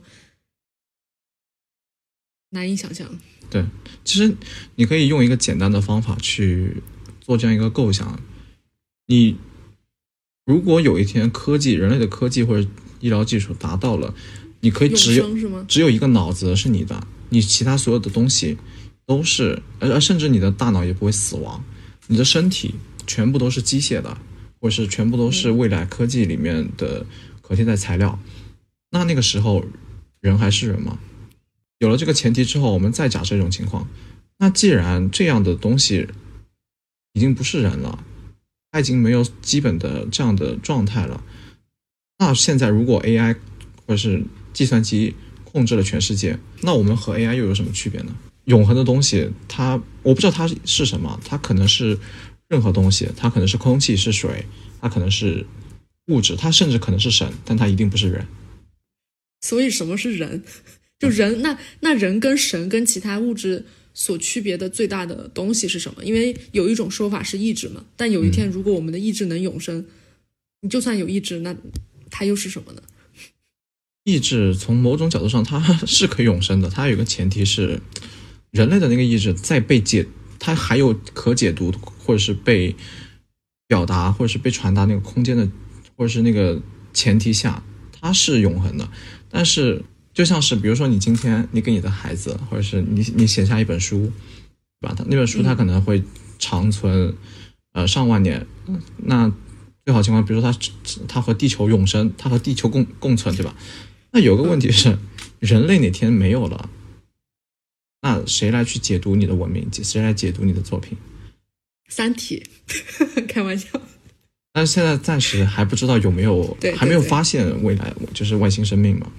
难以想象。 对，其实你可以用一个简单的方法去做这样一个构想。你如果有一天科技人类的科技或者医疗技术达到了，你可以只有只有一个脑子是你的，你其他所有的东西都是，而甚至你的大脑也不会死亡，你的身体全部都是机械的，或是全部都是未来科技里面的可替代材料。那那个时候人还是人吗？有了这个前提之后，我们再假设这种情况，那既然这样的东西已经不是人了，它已经没有基本的这样的状态了，那现在如果 A I 或者是计算机控制了全世界，那我们和 A I 又有什么区别呢？永恒的东西，它我不知道它是什么，它可能是任何东西，它可能是空气，是水，它可能是物质，它甚至可能是神，但它一定不是人。 所以什么是人？就人，那那人跟神跟其他物质所区别的最大的东西是什么？因为有一种说法是意志嘛，但有一天如果我们的意志能永生，你就算有意志，那它又是什么呢？ 意志从某种角度上它是可以永生的，它有一个前提是人类的那个意志在被解，它还有可解读或者是被表达或者是被传达那个空间的或者是那个前提下，它是永恒的。但是就像是比如说你今天你给你的孩子，或者是你你写下一本书，对吧？那本书它可能会长存、嗯、呃上万年，那最好情况比如说它它和地球永生，它和地球共共存，对吧？ 那有个问题是，人类哪天没有了，那谁来去解读你的文明？谁来解读你的作品？ 三体，开玩笑。 但是现在暂时还不知道有没有， 对对对还没有发现未来就是外星生命嘛。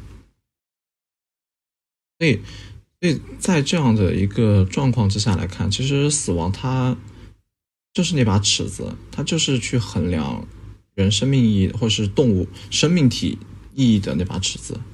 所以，所以在这样的一个状况之下来看，其实死亡它就是那把尺子，它就是去衡量人生命意义或是动物生命体意义的那把尺子。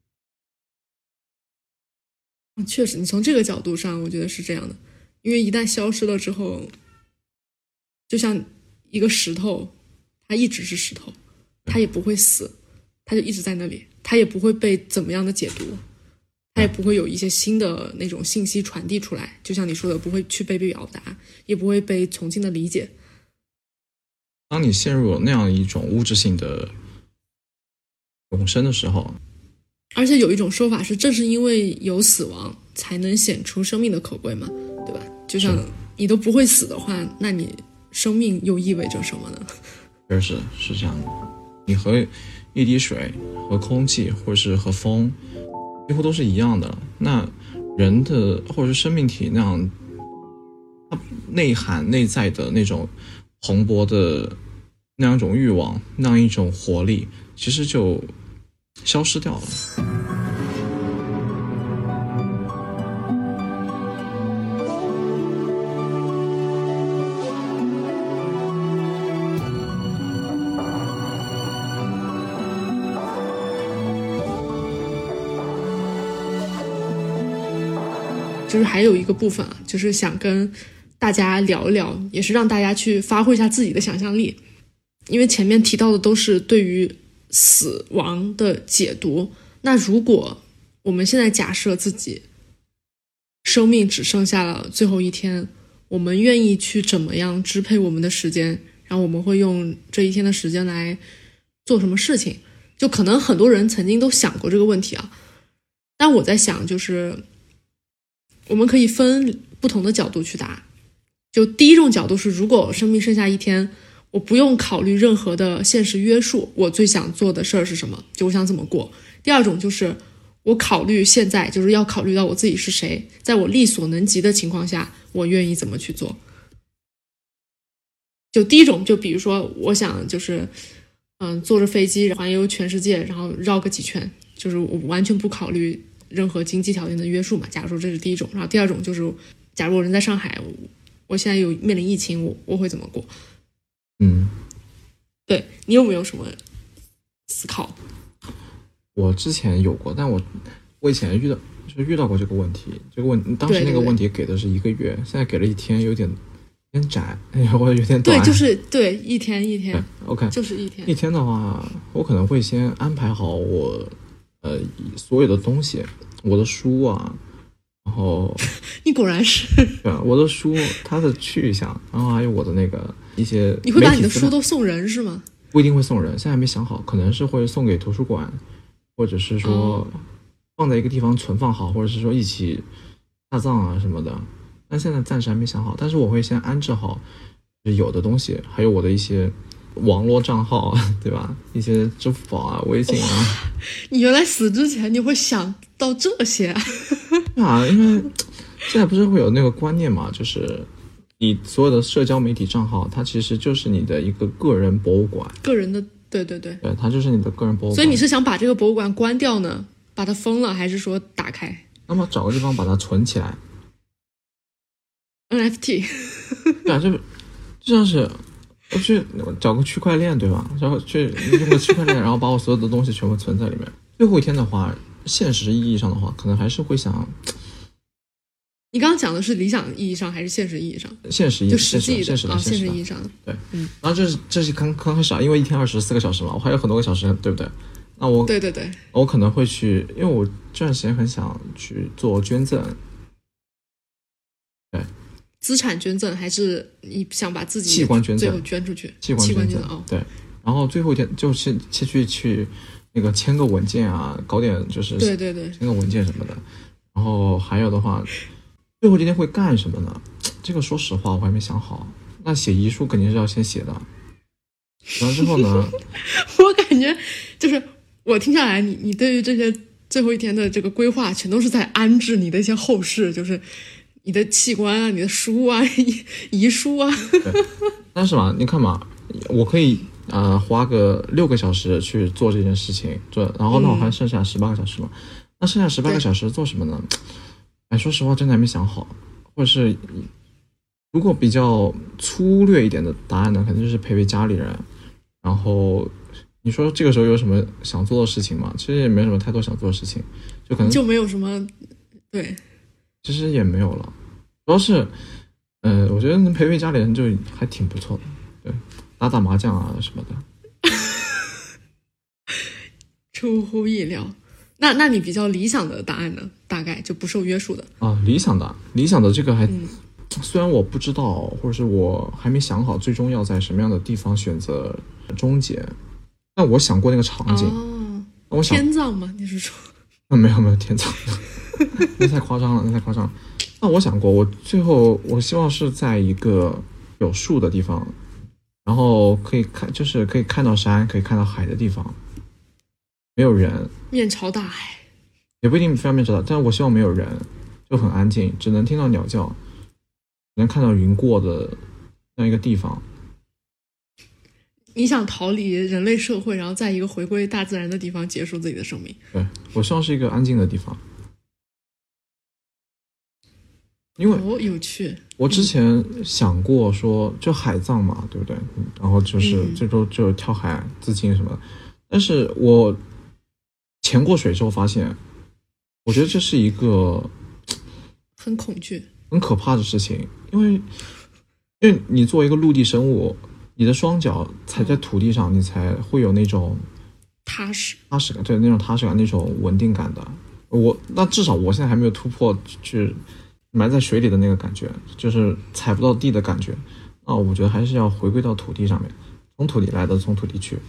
确实，你从这个角度上，我觉得是这样的。因为一旦消失了之后，就像一个石头，它一直是石头，它也不会死，它就一直在那里，它也不会被怎么样的解读，它也不会有一些新的那种信息传递出来。就像你说的，不会去被表达，也不会被重新的理解。 当你陷入了那样一种物质性的永生的时候， 而且有一种说法是，正是因为有死亡，才能显出生命的可贵嘛，对吧？就像你都不会死的话，那你生命又意味着什么呢？ 确实是这样的。你和一滴水、和空气，或者是和风，几乎都是一样的。那人的或者是生命体那样，它内涵内在的那种蓬勃的那样一种欲望，那样一种活力，其实就消失掉了。 就是还有一个部分啊，就是想跟大家聊一聊，也是让大家去发挥一下自己的想象力。因为前面提到的都是对于死亡的解读，那如果我们现在假设自己生命只剩下了最后一天，我们愿意去怎么样支配我们的时间，然后我们会用这一天的时间来做什么事情？就可能很多人曾经都想过这个问题啊，但我在想，就是我们可以分不同的角度去答。就第一种角度是，如果生命剩下一天，我不用考虑任何的现实约束，我最想做的事儿是什么，就我想怎么过。第二种就是我考虑现在，就是要考虑到我自己是谁，在我力所能及的情况下，我愿意怎么去做。就第一种，就比如说我想就是嗯，坐着飞机环游全世界，然后绕个几圈，就是我完全不考虑任何经济条件的约束嘛。假如说这是第一种，然后第二种就是，假如我人在上海，我现在有面临疫情，我我会怎么过？ 嗯， 对，你有没有什么思考？ 我之前有过，但我我以前遇到就是遇到过这个问题。这个问当时那个问题给的是一个月，对对对，现在给了一天，有点有点窄，或者有点短。 对，就是对一天一天。 OK， 就是一天。 一天的话，我可能会先安排好我呃所有的东西，我的书啊。然后你果然是对啊，我的书它的去向，然后还有我的那个一些， 你会把你的书都送人是吗？ 不一定会送人，现在还没想好，可能是会送给图书馆，或者是说放在一个地方存放好，或者是说一起下葬啊什么的。但现在暂时还没想好，但是我会先安置好有的东西，还有我的一些网络账号，对吧？一些支付宝啊、微信啊。 你原来死之前你会想到这些啊？ 啊，因为现在不是会有那个观念嘛，就是你所有的社交媒体账号，它其实就是你的一个个人博物馆， 个人的，对对对， 对，它就是你的个人博物馆。 所以你是想把这个博物馆关掉呢，把它封了，还是说打开？ 那么找个地方把它存起来 ，N F T。 对啊，就就像是我去找个区块链，对吧？然后去用个区块链，然后把我所有的东西全部存在里面。最后一天的话，现实意义上的话，可能还是会想。 你刚刚讲的是理想意义上还是现实意义上？ 现实意义， 就实际的现实的， 啊， 现实意义上的。 对， 嗯。 然后这是这是刚刚开始啊，因为一天二十四个小时嘛，我还有很多个小时，对不对？那我对对对， 我可能会去，因为我这段时间很想去做捐赠。对， 资产捐赠还是你想把自己器官捐赠， 最后捐出去？ 器官捐赠哦， 对。然后最后一天就去去去去那个签个文件啊，搞点就是对对对， 签个文件什么的。然后还有的话，最后今天会干什么呢？这个说实话我还没想好。那写遗书肯定是要先写的。然后之后呢？ 我感觉就是我听下来，你你对于这些最后一天的这个规划，全都是在安置你的一些后事，就是你的器官啊、你的书啊、遗遗书啊。 但是嘛，你看嘛，我可以呃花个六个小时去做这件事情，做，然后呢我还剩下十八个小时嘛。嗯、那剩下十八个小时做什么呢？哎，说实话，真的还没想好。或者是如果比较粗略一点的答案呢，肯定就是陪陪家里人。然后你说这个时候有什么想做的事情吗？其实也没什么太多想做的事情，就可能就没有什么，对， 其实也没有了。主要是，呃，我觉得能陪陪家里人就还挺不错的，对，打打麻将啊什么的。 出乎意料。那那你比较理想的答案呢？大概就不受约束的啊，理想的，理想的这个还、 嗯、 虽然我不知道，或者是我还没想好最终要在什么样的地方选择终结，但我想过那个场景。 哦， 我想天葬吗？你是说？ 啊，没有没有天葬，那太夸张了，那太夸张了。那我想过，我最后我希望是在一个有树的地方，然后可以看，就是可以看到山，可以看到海的地方。没有人， 面朝大海， 也不一定非要面朝大，但是我希望没有人，就很安静，只能听到鸟叫，能看到云过的那样一个地方。 你想逃离人类社会，然后在一个回归大自然的地方结束自己的生命。 对，我希望是一个安静的地方，因为哦，有趣。 我之前想过说，就海葬嘛，对不对？然后就是这周就跳海自尽什么的，但是我潜过水之后发现，我觉得这是一个很恐惧、 很可怕的事情，因为因为你作为一个陆地生物，你的双脚踩在土地上，你才会有那种踏实、 踏实感，对，那种踏实感、那种稳定感的。我那至少我现在还没有突破去埋在水里的那个感觉，就是踩不到地的感觉。那我觉得还是要回归到土地上面，从土地来的，从土地去。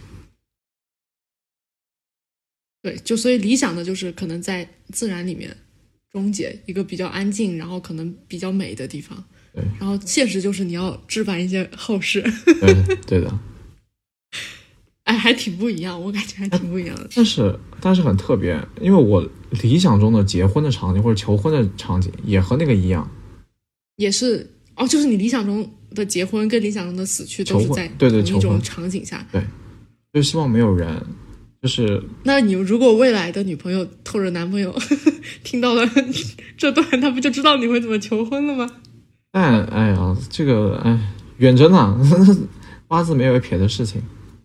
对，就所以理想的就是可能在自然里面终结一个比较安静，然后可能比较美的地方。 对， 然后现实就是你要置办一些后事。 对，对的。 哎，还挺不一样，我感觉还挺不一样的。 但是，但是很特别，因为我理想中的结婚的场景或者求婚的场景也和那个一样， 也是哦，就是你理想中的结婚跟理想中的死去都是在对对同一种场景下。 对，就希望没有人。就是， 那你如果未来的女朋友或者男朋友呵呵听到了这段，他不就知道你会怎么求婚了吗？ 但哎呀，这个哎，远着呢，八字没有撇的事情。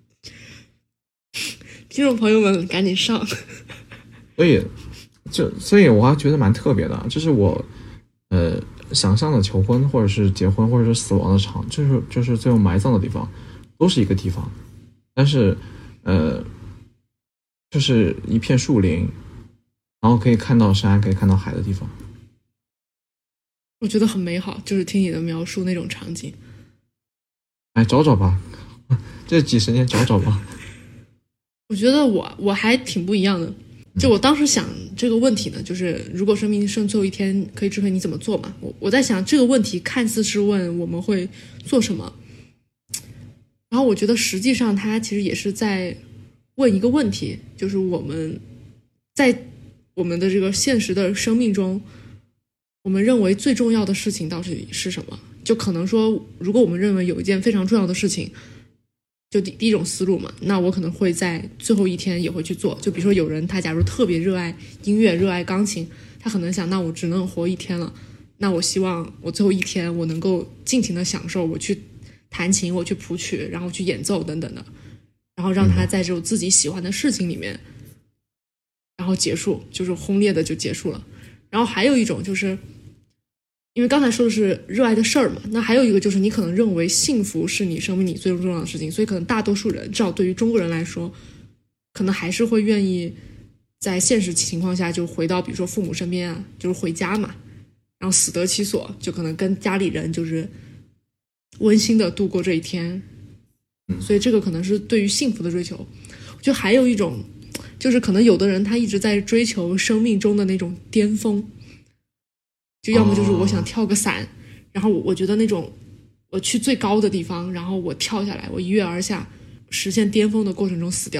听众朋友们，赶紧上。 所以，就所以我还觉得蛮特别的，就是我呃想象的求婚或者是结婚或者是死亡的场，就是就是最后埋葬的地方，都是一个地方，但是呃。就是一片树林，然后可以看到山，可以看到海的地方。 我觉得很美好，就是听你的描述那种场景。 哎，找找吧，这几十年找找吧。 我觉得我我还挺不一样的。就我当时想这个问题呢，就是如果生命剩最后一天可以支配，你怎么做嘛？我我在想这个问题看似是问我们会做什么，然后我觉得实际上它其实也是在问一个问题，就是我们在我们的这个现实的生命中，我们认为最重要的事情到底是什么？就可能说，如果我们认为有一件非常重要的事情，就第第一种思路嘛，那我可能会在最后一天也会去做。就比如说有人他假如特别热爱音乐，热爱钢琴，他可能想，那我只能活一天了，那我希望我最后一天我能够尽情的享受，我去弹琴，我去谱曲，然后去演奏等等的，然后让他在这种自己喜欢的事情里面，然后结束，就是轰烈的就结束了。然后还有一种就是因为刚才说的是热爱的事儿嘛，那还有一个就是你可能认为幸福是你生命里最重要的事情，所以可能大多数人，至少对于中国人来说，可能还是会愿意在现实情况下就回到比如说父母身边啊，就是回家嘛，然后死得其所，就可能跟家里人就是温馨的度过这一天。所以这个可能是对于幸福的追求。我觉得还有一种就是可能有的人他一直在追求生命中的那种巅峰，就要么就是我想跳个伞，然后我觉得那种我去最高的地方，然后我跳下来，我一跃而下，实现巅峰的过程中死掉了，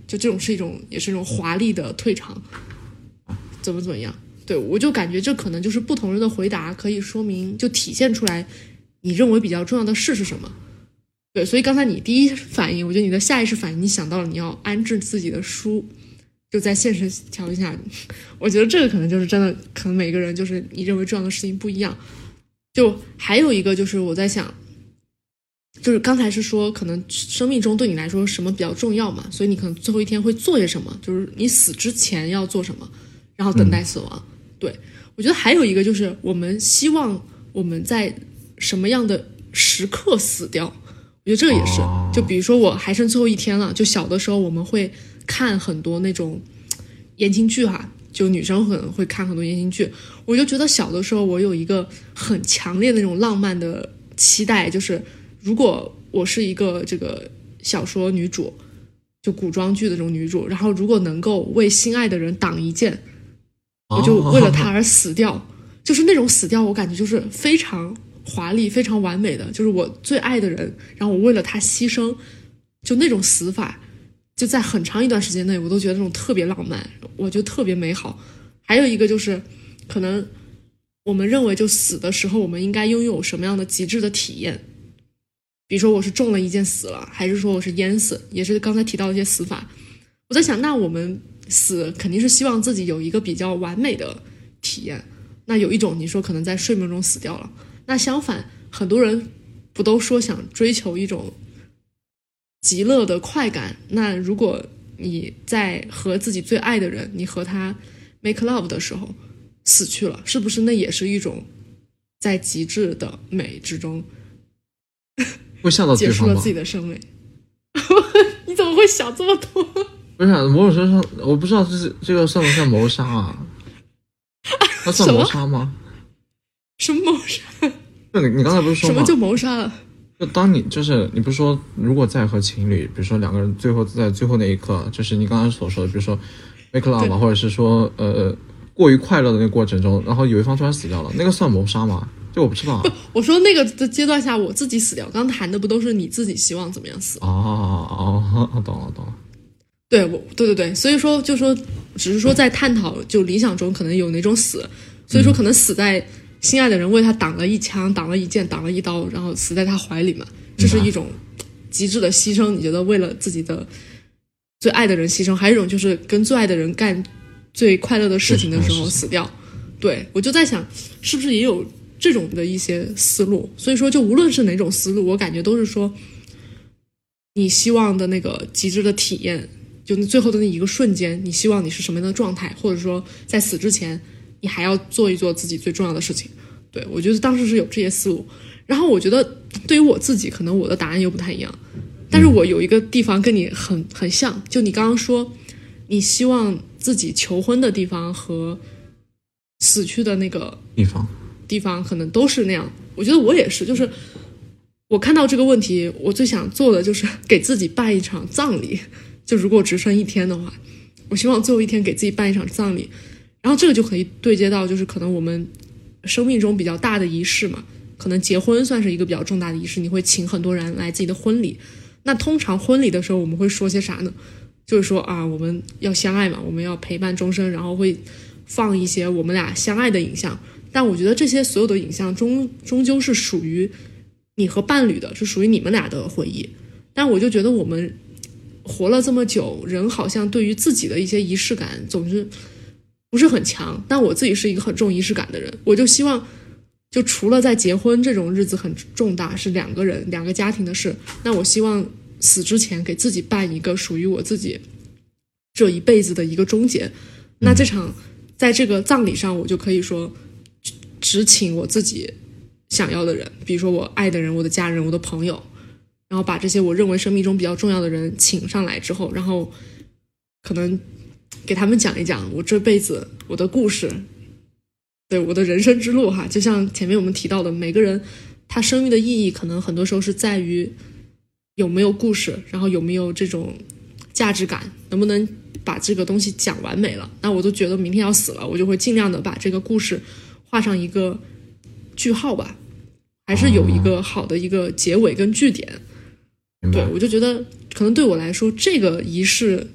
就这种是一种也是一种华丽的退场，怎么怎么样？对，我就感觉这可能就是不同人的回答可以说明就体现出来你认为比较重要的事是什么。对，所以刚才你第一反应，我觉得你的下意识反应，你想到了你要安置自己的书，就在现实条件下，我觉得这个可能就是真的，可能每个人就是你认为重要的事情不一样。就还有一个就是我在想，就是刚才是说可能生命中对你来说什么比较重要嘛，所以你可能最后一天会做些什么，就是你死之前要做什么，然后等待死亡。嗯、对，我觉得还有一个就是我们希望我们在什么样的时刻死掉。我觉得这个也是，就比如说我还剩最后一天了，就小的时候我们会看很多那种言情剧哈，就女生可能会看很多言情剧，我就觉得小的时候我有一个很强烈的那种浪漫的期待，就是如果我是一个这个小说女主，就古装剧的这种女主，然后如果能够为心爱的人挡一剑，我就为了他而死掉，就是那种死掉我感觉就是非常华丽非常完美的，就是我最爱的人，然后我为了他牺牲，就那种死法就在很长一段时间内我都觉得那种特别浪漫，我觉得特别美好。还有一个就是可能我们认为就死的时候我们应该拥有什么样的极致的体验，比如说我是中了一箭死了，还是说我是淹死，也是刚才提到一些死法。我在想那我们死肯定是希望自己有一个比较完美的体验，那有一种你说可能在睡梦中死掉了，那相反很多人不都说想追求一种极乐的快感，那如果你在和自己最爱的人，你和他 make love 的时候死去了，是不是那也是一种在极致的美之中会吓到对方吗？ 结束了自己的生命你怎么会想这么多？ 不是某种程度上我不知道这是这个算不算谋杀啊？它算谋杀吗？ 什么谋杀？ 你你刚才不是说吗？ 什么就谋杀了？ 就当你就是你不是说如果在和情侣，比如说两个人最后在最后那一刻，就是你刚才所说的，比如说 make love 或者是说呃过于快乐的那个过程中，然后有一方突然死掉了，那个算谋杀吗？这我不知道、啊。 不，我说那个的阶段下我自己死掉，刚谈的不都是你自己希望怎么样死？ 哦哦哦，懂了懂了。 对，我对对对，所以说就说只是说在探讨就理想中可能有哪种死，所以说可能死在心爱的人为他挡了一枪挡了一剑挡了一刀，然后死在他怀里嘛，这是一种极致的牺牲。你觉得为了自己的最爱的人牺牲，还有一种就是跟最爱的人干最快乐的事情的时候死掉。对，我就在想是不是也有这种的一些思路。所以说就无论是哪种思路，我感觉都是说你希望的那个极致的体验，就最后的那一个瞬间你希望你是什么样的状态，或者说在死之前你还要做一做自己最重要的事情。对，我觉得当时是有这些思路。然后我觉得对于我自己可能我的答案又不太一样，但是我有一个地方跟你很很像，就你刚刚说你希望自己求婚的地方和死去的那个地方地方可能都是那样。我觉得我也是，就是我看到这个问题我最想做的就是给自己办一场葬礼，就如果只剩一天的话，我希望最后一天给自己办一场葬礼。然后这个就可以对接到就是可能我们生命中比较大的仪式嘛，可能结婚算是一个比较重大的仪式，你会请很多人来自己的婚礼。那通常婚礼的时候我们会说些啥呢？就是说啊，我们要相爱嘛，我们要陪伴终生，然后会放一些我们俩相爱的影像。但我觉得这些所有的影像终终究是属于你和伴侣的，是属于你们俩的回忆。但我就觉得我们活了这么久，人好像对于自己的一些仪式感总是不是很强。但我自己是一个很重仪式感的人，我就希望就除了在结婚这种日子很重大，是两个人两个家庭的事，那我希望死之前给自己办一个属于我自己这一辈子的一个终结。那这场在这个葬礼上我就可以说只请我自己想要的人，比如说我爱的人，我的家人，我的朋友，然后把这些我认为生命中比较重要的人请上来之后，然后可能给他们讲一讲我这辈子我的故事，对我的人生之路哈。就像前面我们提到的，每个人他生命的意义可能很多时候是在于有没有故事，然后有没有这种价值感，能不能把这个东西讲完美了。那我都觉得明天要死了，我就会尽量的把这个故事画上一个句号吧，还是有一个好的一个结尾跟句点。对，我就觉得可能对我来说这个仪式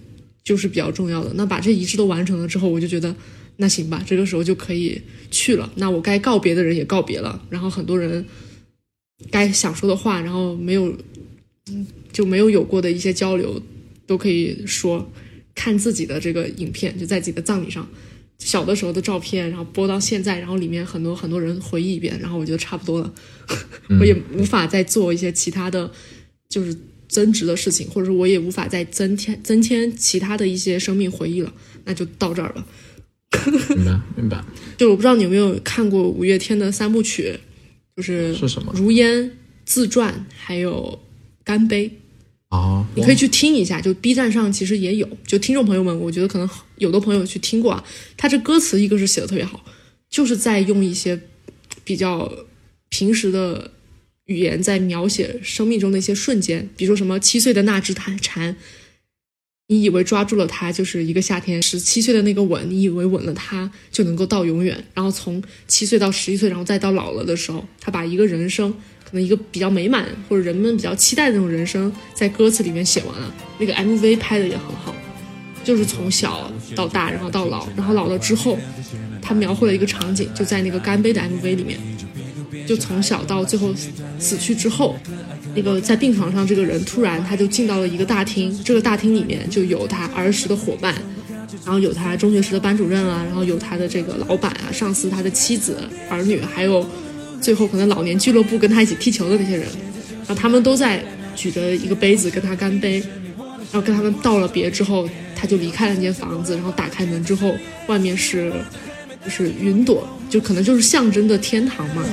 就是比较重要的。那把这仪式都完成了之后，我就觉得那行吧，这个时候就可以去了。那我该告别的人也告别了，然后很多人该想说的话，然后没有就没有有过的一些交流都可以说。看自己的这个影片，就在自己的葬礼上，小的时候的照片，然后播到现在，然后里面很多很多人回忆一遍，然后我觉得差不多了。嗯、我也无法再做一些其他的就是增值的事情，或者说我也无法再增添增添其他的一些生命回忆了，那就到这儿吧。 明白明白。 就我不知道你有没有看过五月天的三部曲，就是是什么？ 如烟、自传还有干杯。 哦， 你可以去听一下，就 B 站上其实也有，就听众朋友们，我觉得可能有的朋友去听过啊，他这歌词一个是写的特别好，就是在用一些比较平时的语言在描写生命中的一些瞬间，比如说什么七岁的那只蝉，你以为抓住了它就是一个夏天，十七岁的那个吻，你以为吻了它就能够到永远，然后从七岁到十一岁，然后再到老了的时候，他把一个人生可能一个比较美满或者人们比较期待的那种人生在歌词里面写完了。那个 M V 拍的也很好，就是从小到大然后到老，然后老了之后他描绘了一个场景，就在那个干杯的 M V 里面，就从小到最后死去之后，那个在病床上这个人突然他就进到了一个大厅，这个大厅里面就有他儿时的伙伴，然后有他中学时的班主任啊，然后有他的这个老板啊、上司、他的妻子、儿女，还有最后可能老年俱乐部跟他一起踢球的那些人，然后他们都在举着一个杯子跟他干杯，然后跟他们道了别之后，他就离开了那间房子，然后打开门之后，外面是就是云朵，就可能就是象征的天堂嘛。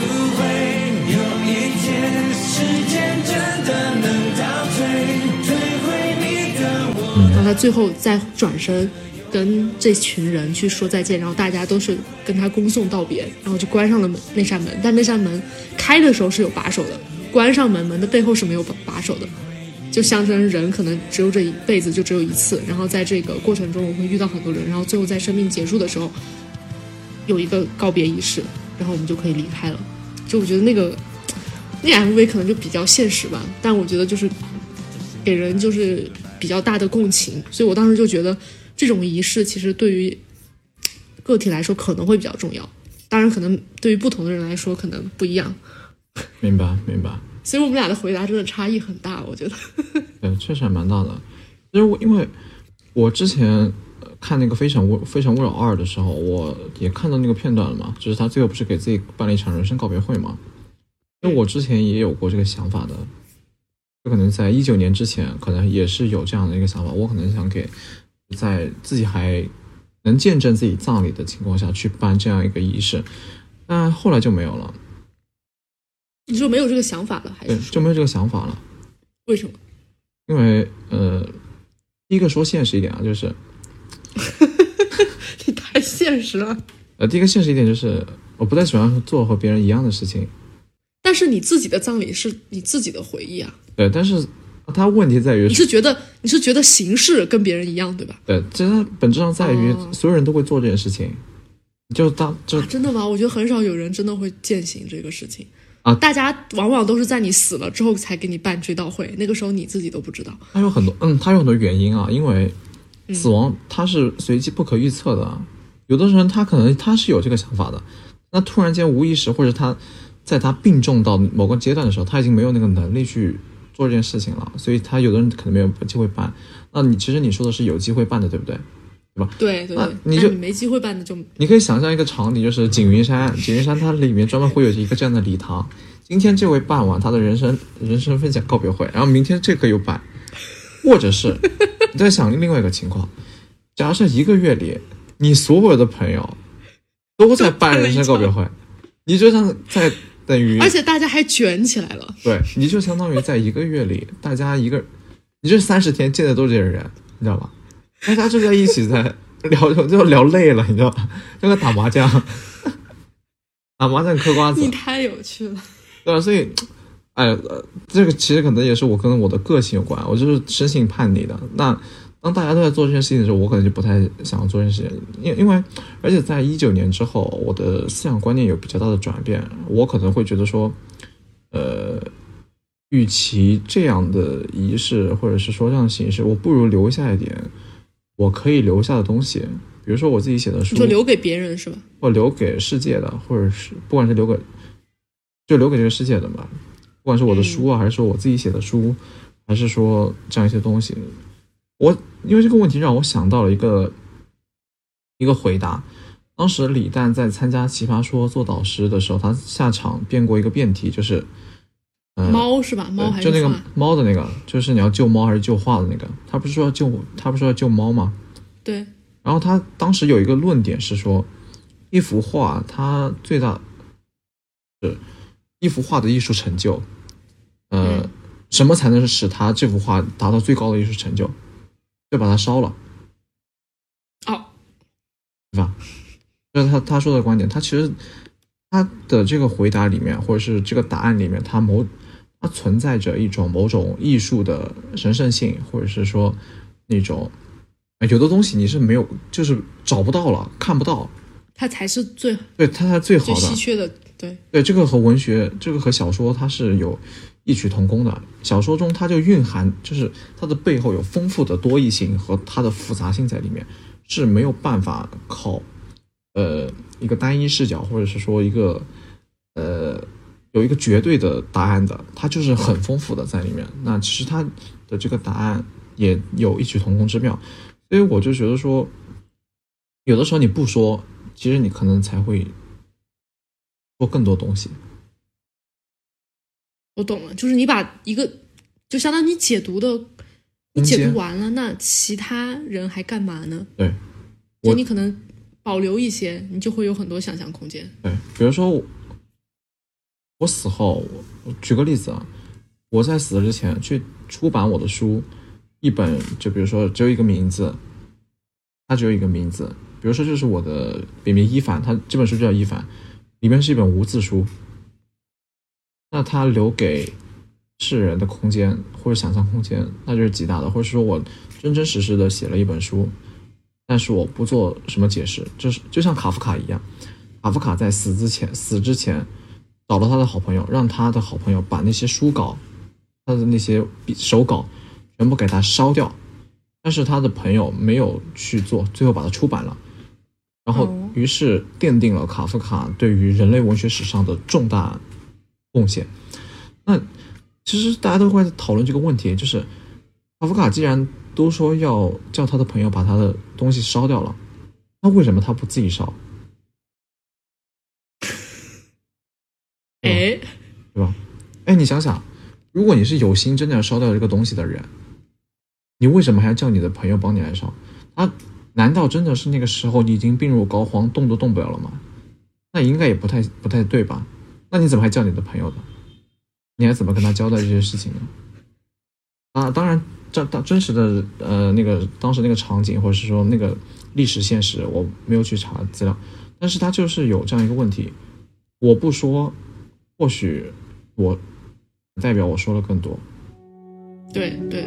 然后他最后再转身跟这群人去说再见，然后大家都是跟他恭送道别，然后就关上了门那扇门，但那扇门开的时候是有把手的，关上门门的背后是没有把手的，就象征人可能只有这一辈子就只有一次，然后在这个过程中我会遇到很多人，然后最后在生命结束的时候有一个告别仪式，然后我们就可以离开了。就我觉得那个那 M V 可能就比较现实吧，但我觉得就是给人就是比较大的共情，所以我当时就觉得这种仪式其实对于个体来说可能会比较重要，当然可能对于不同的人来说可能不一样。 明白明白。 所以我们俩的回答真的差异很大，我觉得。 对，确实还蛮大的。其实我因为我之前看那个《非诚勿非诚勿扰二》的时候，我也看到那个片段了嘛，就是他最后不是给自己办了一场人生告别会嘛。因为我之前也有过这个想法的，就可能在一九年之前，可能也是有这样的一个想法，我可能想给在自己还能见证自己葬礼的情况下去办这样一个仪式，但后来就没有了。 你说没有这个想法了，还是对，就没有这个想法了？ 为什么？ 因为呃，第一个说现实一点啊，就是你太现实了。 呃，第一个现实一点就是我不太喜欢做和别人一样的事情。 但是你自己的葬礼是你自己的回忆啊。 对，但是它问题在于你是觉得你是觉得形式跟别人一样，对吧？ 对，其实它本质上在于所有人都会做这件事情，就当就、 啊、真的吗？我觉得很少有人真的会践行这个事情啊。 大家往往都是在你死了之后才给你办追悼会，那个时候你自己都不知道。 它有很多嗯，它有很多原因啊，因为死亡它是随机不可预测的、嗯、有的人他可能他是有这个想法的，那突然间无意识或者他在他病重到某个阶段的时候，他已经没有那个能力去做这件事情了，所以他有的人可能没有机会办。那你其实你说的是有机会办的，对不对？对吧？ 对对对， 你就你没机会办的就你可以想象一个场景，就是景云山，景云山它里面专门会有一个这样的礼堂。今天这位办完他的人生人生分享告别会，然后明天这个又办，或者是你再想另外一个情况，假设一个月里你所有的朋友都在办人生告别会，你就像在等于， 而且大家还卷起来了。 对，你就相当于在一个月里，大家一个，你这三十天见的都是这些人，你知道吧？大家就在一起在聊，就聊累了，你知道吧？就跟打麻将，打麻将嗑瓜子。 你太有趣了。 对啊，所以，哎，呃，这个其实可能也是我跟我的个性有关，我就是生性叛逆的。那当大家都在做这件事情的时候，我可能就不太想要做这件事情，因因为而且在一九年之后，我的思想观念有比较大的转变，我可能会觉得说，呃，与其这样的仪式或者是说这样的形式，我不如留下一点我可以留下的东西，比如说我自己写的书， 就留给别人是吧？ 或留给世界的，或者是不管是留给就留给这个世界的吧，不管是我的书啊，还是说我自己写的书，还是说这样一些东西。我因为这个问题让我想到了一个一个回答。当时李诞在参加奇葩说做导师的时候，他下场辩过一个辩题，就是、 呃、猫是吧？猫还是就那个猫的那个，就是你要救猫还是救画的那个。他不是说要救他不是说要救猫吗？ 对。 然后他当时有一个论点是说，一幅画它最大是一幅画的艺术成就，呃、嗯，什么才能使它这幅画达到最高的艺术成就？就把它烧了。 哦， 对吧？这是他他说的观点。他其实他的这个回答里面，或者是这个答案里面，它某它存在着一种某种艺术的神圣性，或者是说那种有的东西你是没有，就是找不到了，看不到， 它才是最对，它才最好的、 最稀缺的。对对，这个和文学，这个和小说它是有异曲同工的。小说中它就蕴含，就是它的背后有丰富的多义性和它的复杂性在里面，是没有办法靠呃一个单一视角，或者是说一个呃有一个绝对的答案的，它就是很丰富的在里面。那其实它的这个答案也有异曲同工之妙，所以我就觉得说，有的时候你不说，其实你可能才会说更多东西。 我懂了，就是你把一个就相当于你解读的，你解读完了，那其他人还干嘛呢？ 对， 就你可能保留一些，你就会有很多想象空间。 对，比如说我死后，我举个例子啊，我在死之前去出版我的书，一本就比如说只有一个名字，它只有一个名字，比如说就是我的笔名一凡，它这本书就叫一凡，里面是一本无字书。那它留给世人的空间或者想象空间，那就是极大的。或者说我真真实实的写了一本书，但是我不做什么解释，就是就像卡夫卡一样，卡夫卡在死之前死之前找了他的好朋友，让他的好朋友把那些书稿，他的那些手稿全部给他烧掉，但是他的朋友没有去做，最后把它出版了，然后于是奠定了卡夫卡对于人类文学史上的重大贡献。那其实大家都会讨论这个问题，就是卡夫卡既然都说要叫他的朋友把他的东西烧掉了，那为什么他不自己烧？ 哎， 对吧？哎，你想想，如果你是有心真的要烧掉这个东西的人，你为什么还要叫你的朋友帮你来烧？他难道真的是那个时候你已经病入膏肓，动都动不了了吗？那应该也不太不太对吧？那你怎么还叫你的朋友的？你还怎么跟他交代这些事情呢？啊，当然，这当真实的呃那个当时那个场景，或者是说那个历史现实，我没有去查资料，但是他就是有这样一个问题，我不说，或许我代表我说了更多。 对对。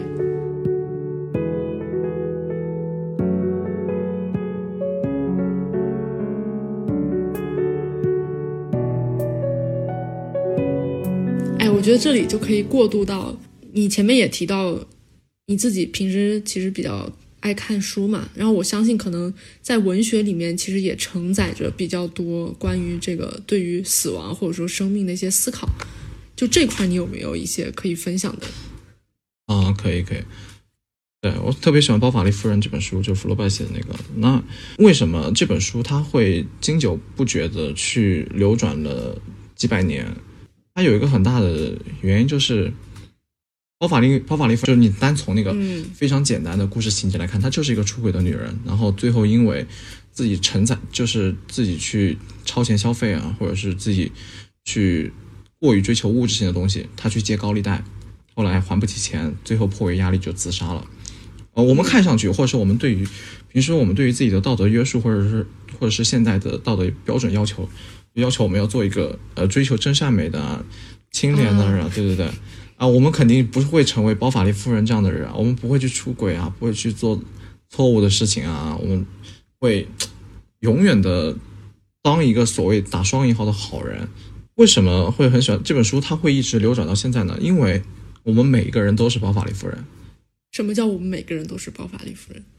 我觉得这里就可以过渡到你前面也提到你自己平时其实比较爱看书嘛，然后我相信可能在文学里面其实也承载着比较多关于这个对于死亡或者说生命的一些思考，就这块你有没有一些可以分享的？ 啊，可以可以。对，我特别喜欢《包法利夫人》这本书，就福楼拜写的那个。那为什么这本书它会经久不绝的去流转了几百年？它有一个很大的原因，就是包法利包法利夫人，就是你单从那个非常简单的故事情节来看，她就是一个出轨的女人，然后最后因为自己承载，就是自己去超前消费啊，或者是自己去过于追求物质性的东西，她去借高利贷，后来还不起钱，最后迫于压力就自杀了。呃，我们看上去，或者说我们对于平时我们对于自己的道德约束，或者是或者是现在的道德标准要求。要求我们要做一个呃追求真善美的、啊、清廉的人、啊，对对对啊，我们肯定不会成为包法利夫人这样的人、啊，我们不会去出轨啊，不会去做错误的事情啊，我们会永远的当一个所谓打双引号的好人。为什么会很喜欢这本书？它会一直流转到现在呢？因为我们每一个人都是包法利夫人。 什么叫我们每个人都是包法利夫人？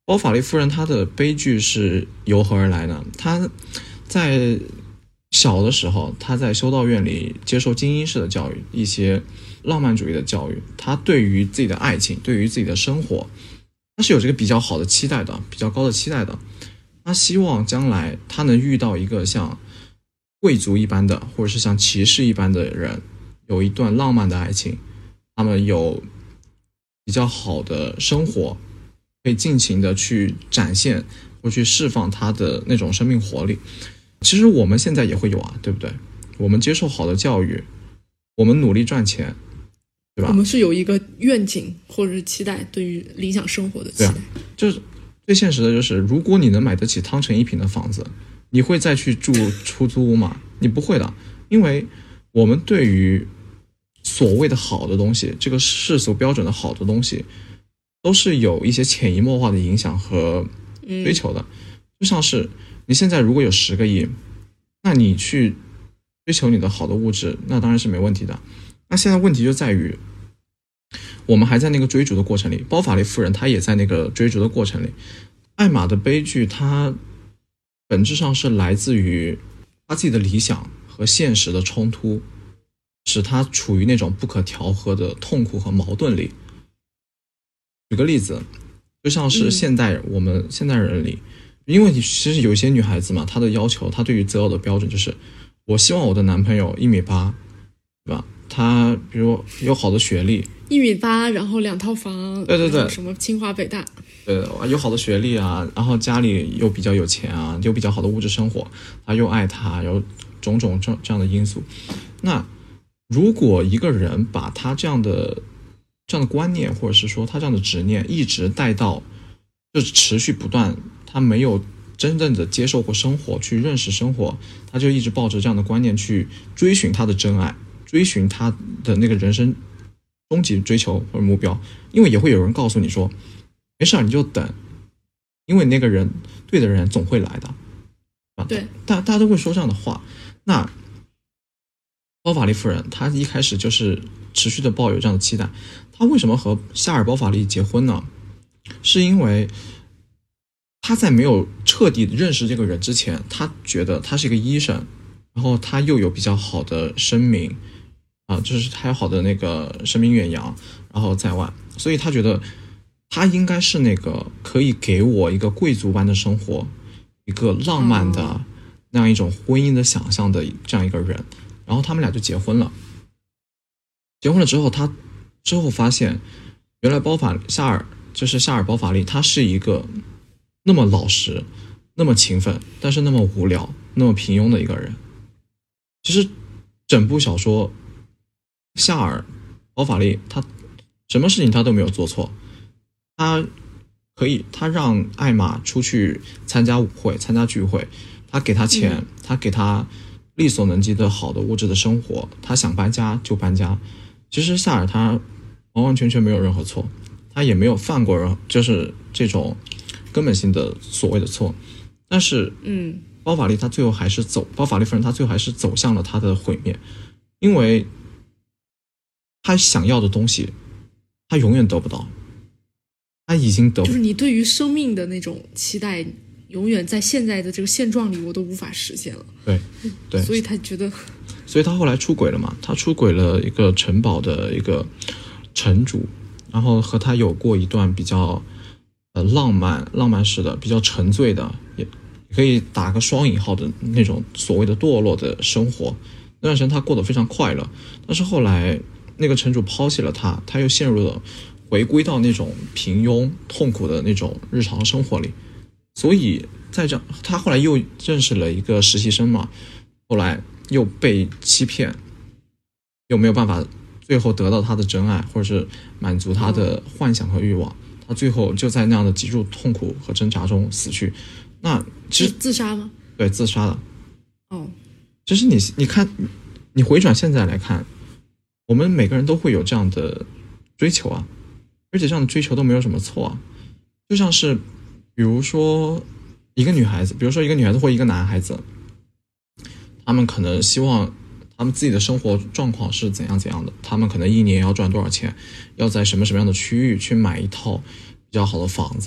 包法利夫人她的悲剧是由何而来呢？她在小的时候，她在修道院里接受精英式的教育，一些浪漫主义的教育，她对于自己的爱情，对于自己的生活，她是有这个比较好的期待的，比较高的期待的。她希望将来她能遇到一个像贵族一般的，或者是像骑士一般的人，有一段浪漫的爱情，他们有比较好的生活，可以尽情的去展现或去释放他的那种生命活力。其实我们现在也会有啊，对不对？我们接受好的教育，我们努力赚钱，对吧？ 我们是有一个愿景或者是期待，对于理想生活的期待。 对啊，就是最现实的就是，如果你能买得起汤臣一品的房子，你会再去住出租屋吗？你不会的，因为我们对于所谓的好的东西，这个世俗标准的好的东西，都是有一些潜移默化的影响和追求的。嗯、就像是你现在如果有十个亿，那你去追求你的好的物质，那当然是没问题的。那现在问题就在于，我们还在那个追逐的过程里，包法利夫人她也在那个追逐的过程里。艾玛的悲剧，它本质上是来自于她自己的理想和现实的冲突，使她处于那种不可调和的痛苦和矛盾里。举个例子，就像是现代、嗯、我们现代人里，因为其实有一些女孩子嘛，她的要求，她对于择偶的标准就是，我希望我的男朋友一米八，对吧？他比如有好的学历， 一米八，然后两套房， 对对对， 什么清华北大， 对，有好的学历啊，然后家里又比较有钱啊，有比较好的物质生活，他又爱他，有种种这这样的因素。那如果一个人把他这样的这样的观念，或者是说他这样的执念一直带到，就是持续不断，他没有真正的接受过生活，去认识生活，他就一直抱着这样的观念去追寻他的真爱，追寻他的那个人生终极追求或者目标。因为也会有人告诉你说，没事你就等，因为那个人对的人总会来的。 对， 大大家都会说这样的话。那包法利夫人她一开始就是持续的抱有这样的期待。她为什么和夏尔包法利结婚呢？是因为他在没有彻底认识这个人之前，他觉得他是一个医生，然后他又有比较好的声名啊、呃，就是他有好的那个声名远扬，然后在外，所以他觉得他应该是那个可以给我一个贵族般的生活，一个浪漫的那样一种婚姻的想象的这样一个人。然后他们俩就结婚了。结婚了之后，他之后发现，原来包法夏尔就是夏尔包法利，他是一个那么老实，那么勤奋，但是那么无聊，那么平庸的一个人。其实整部小说，夏尔包法利他什么事情他都没有做错，他可以他让艾玛出去参加舞会，参加聚会，他给他钱、嗯、他给他力所能及的好的物质的生活，他想搬家就搬家。其实夏尔他完完全全没有任何错，他也没有犯过人就是这种根本性的所谓的错。但是嗯， 包法利他最后还是走包法利夫人他最后还是走向了他的毁灭。因为他想要的东西他永远得不到，他已经得不到， 就是你对于生命的那种期待永远在现在的这个现状里我都无法实现了。 对对， 所以他觉得， 所以他后来出轨了嘛，他出轨了一个城堡的一个城主，然后和他有过一段比较呃浪漫浪漫式的比较沉醉的，也可以打个双引号的那种所谓的堕落的生活。那段时间他过得非常快乐，但是后来那个城主抛弃了他，他又陷入了回归到那种平庸痛苦的那种日常生活里。所以在这他后来又认识了一个实习生嘛，后来又被欺骗，又没有办法最后得到他的真爱，或者是满足他的幻想和欲望，他最后就在那样的极度痛苦和挣扎中死去。那其实自杀吗？ 对，自杀了。 哦， 其实你你看，你回转现在来看，我们每个人都会有这样的追求啊，而且这样的追求都没有什么错啊。就像是比如说一个女孩子，比如说一个女孩子或一个男孩子，他们可能希望他们自己的生活状况是怎样怎样的，他们可能一年要赚多少钱，要在什么什么样的区域去买一套比较好的房子，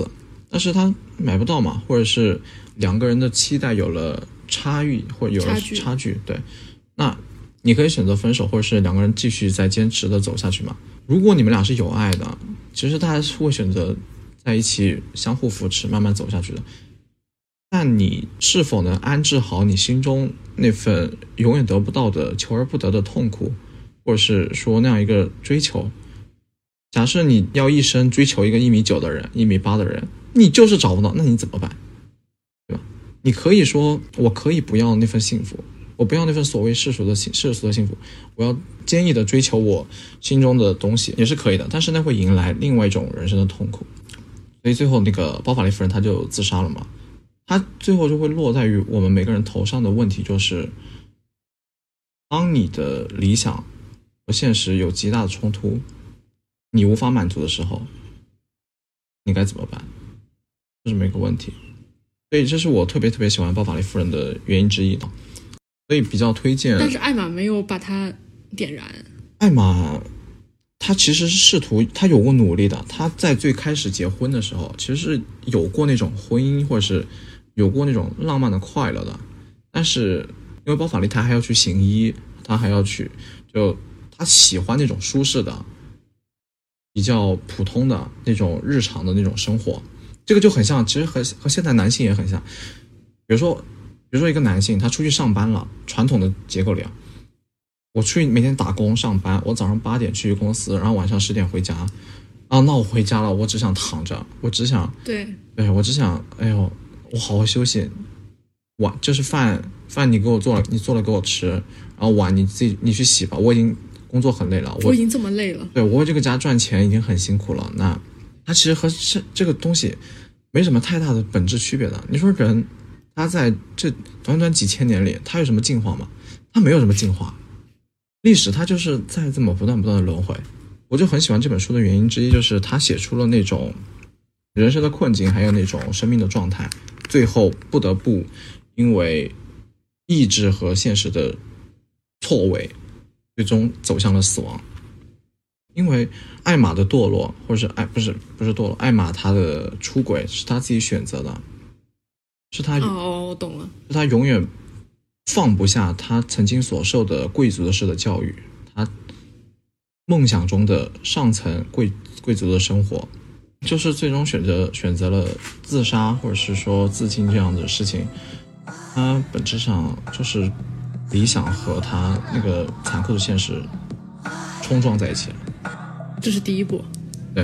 但是他买不到嘛，或者是两个人的期待有了差异，或者有了差距，对，那你可以选择分手，或者是两个人继续再坚持的走下去嘛。如果你们俩是有爱的，其实大家是会选择在一起相互扶持，慢慢走下去的。但你是否能安置好你心中那份永远得不到的求而不得的痛苦，或者是说那样一个追求？假设你要一生追求一个一米九的人，一米八的人，你就是找不到，那你怎么办？对吧？你可以说我可以不要那份幸福，我不要那份所谓世俗的世俗的幸福，我要坚毅的追求我心中的东西，也是可以的。但是那会迎来另外一种人生的痛苦。所以最后那个包法利夫人她就自杀了嘛。他最后就会落在于我们每个人头上的问题，就是当你的理想和现实有极大的冲突，你无法满足的时候，你该怎么办？这是每个问题。所以这是我特别特别喜欢包法利夫人的原因之一的，所以比较推荐。 但是艾玛没有把它点燃。 艾玛他其实是试图，他有过努力的。他在最开始结婚的时候，其实是有过那种婚姻，或者是有过那种浪漫的快乐的。但是因为包法利他还要去行医，他还要去，就他喜欢那种舒适的、比较普通的那种日常的那种生活。这个就很像，其实和和现在男性也很像。比如说，比如说一个男性他出去上班了，传统的结构里啊。我去每天打工上班，我早上八点去公司，然后晚上十点回家。啊，那我回家了，我只想躺着，我只想， 对， 对我只想，哎呦，我好好休息。碗就是饭，饭你给我做了，你做了给我吃，然后碗你自己你去洗吧，我已经工作很累了，我我已经这么累了， 对我为这个家赚钱已经很辛苦了。那他其实和这这个东西没什么太大的本质区别的。你说人他在这短短几千年里，他有什么进化吗？他没有什么进化。历史它就是在这么不断不断的轮回。我就很喜欢这本书的原因之一，就是他写出了那种人生的困境，还有那种生命的状态，最后不得不因为意志和现实的错位，最终走向了死亡。因为艾玛的堕落，或者是艾不是不是堕落，艾玛她的出轨是她自己选择的，是她哦，我懂了， 是她永远放不下他曾经所受的贵族的式的教育，他梦想中的上层贵贵族的生活，就是最终选择选择了自杀或者是说自尽这样的事情。他本质上就是理想和他那个残酷的现实冲撞在一起了。 这是第一步。 对。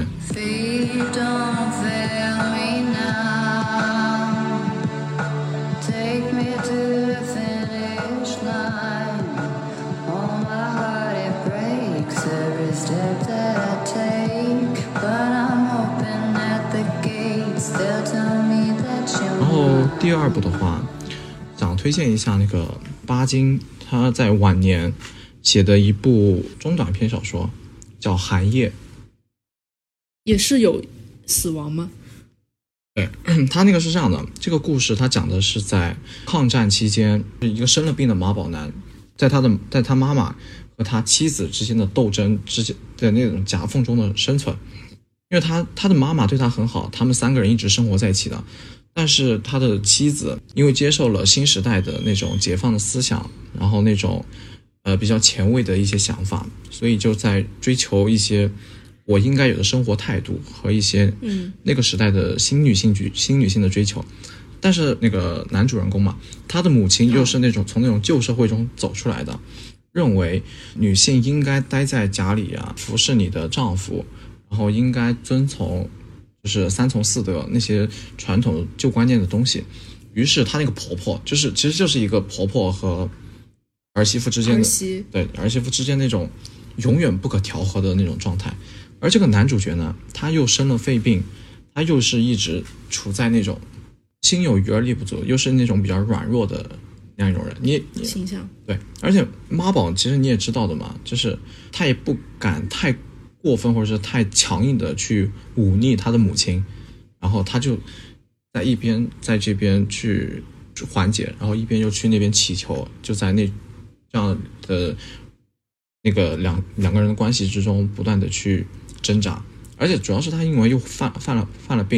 然后第二部的话，想推荐一下那个巴金他在晚年写的一部中短篇小说，叫《寒夜》。 也是有死亡吗？ 对，他那个是这样的，这个故事他讲的是在抗战期间，一个生了病的马宝男，在他的在他妈妈和他妻子之间的斗争之间的那种夹缝中的生存。因为他他的妈妈对他很好，他们三个人一直生活在一起的。但是他的妻子因为接受了新时代的那种解放的思想，然后那种呃比较前卫的一些想法，所以就在追求一些我应该有的生活态度和一些嗯那个时代的新女性举新女性的追求。但是那个男主人公嘛，他的母亲又是那种从那种旧社会中走出来的，认为女性应该待在家里啊，服侍你的丈夫，然后应该遵从就是三从四德那些传统旧观念的东西。于是她那个婆婆就是其实就是一个婆婆和儿媳妇之间的儿媳对儿媳妇之间那种永远不可调和的那种状态。而这个男主角呢，他又生了肺病，他又是一直处在那种心有余而力不足，又是那种比较软弱的那样一种人。你也形象对，而且妈宝其实你也知道的嘛，就是他也不敢太过分或者是太强硬的去忤逆他的母亲，然后他就在一边在这边去缓解，然后一边又去那边祈求，就在那这样的那个两两个人的关系之中不断的去挣扎。而且主要是他因为又犯犯了犯了病，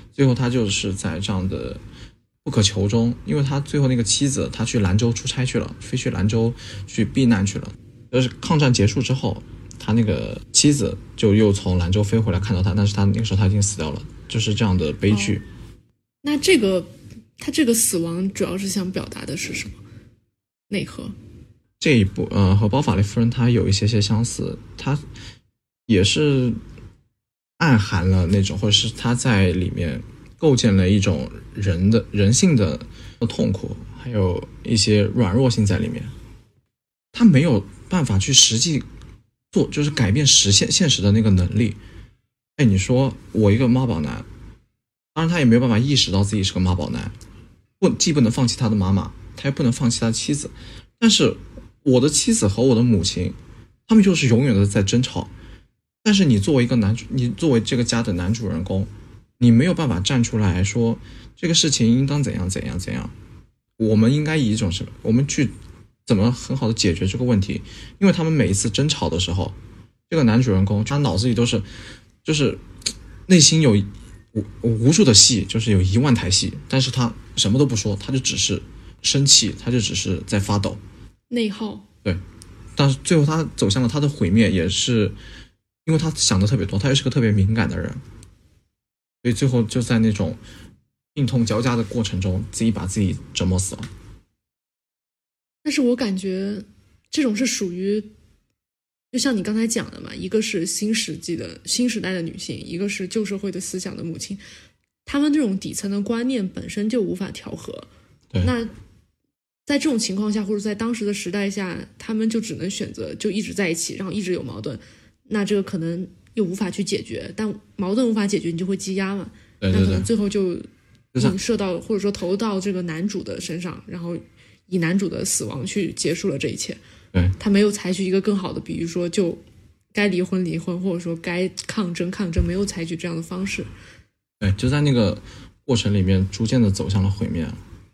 最后他就是在这样的不可求中，因为他最后那个妻子他去兰州出差去了，飞去兰州去避难去了。就是抗战结束之后，他那个妻子就又从兰州飞回来看到他，但是他那个时候他已经死掉了，就是这样的悲剧。哦， 那这个他这个死亡主要是想表达的是什么内核？ 这一部呃和包法利夫人他有一些些相似，他也是暗含了那种，或者是他在里面构建了一种人的人性的痛苦，还有一些软弱性在里面。他没有办法去实际做，就是改变实现现实的那个能力。哎，你说我一个妈宝男，当然他也没有办法意识到自己是个妈宝男，不既不能放弃他的妈妈，他也不能放弃他的妻子。但是我的妻子和我的母亲，他们就是永远的在争吵。但是你作为一个男主，你作为这个家的男主人公，你没有办法站出来说这个事情应当怎样怎样怎样，我们应该以一种什么，我们去怎么很好的解决这个问题。因为他们每一次争吵的时候，这个男主人公他脑子里都是就是内心有无无数的戏，就是有一万台戏，但是他什么都不说，他就只是生气，他就只是在发抖， 内耗。 对，但是最后他走向了他的毁灭，也是因为他想的特别多，他也是个特别敏感的人，所以最后就在那种病痛交加的过程中，自己把自己折磨死了。 但是我感觉这种是属于，就像你刚才讲的嘛，一个是新世纪的新时代的女性，一个是旧社会的思想的母亲，他们这种底层的观念本身就无法调和。 对， 那在这种情况下，或者在当时的时代下，他们就只能选择就一直在一起，然后一直有矛盾，那这个可能又无法去解决，但矛盾无法解决，你就会积压嘛。 对对对， 那可能最后就影射到或者说投到这个男主的身上，然后以男主的死亡去结束了这一切。 对， 他没有采取一个更好的，比如说就该离婚离婚，或者说该抗争抗争，没有采取这样的方式。 对，就在那个过程里面逐渐的走向了毁灭。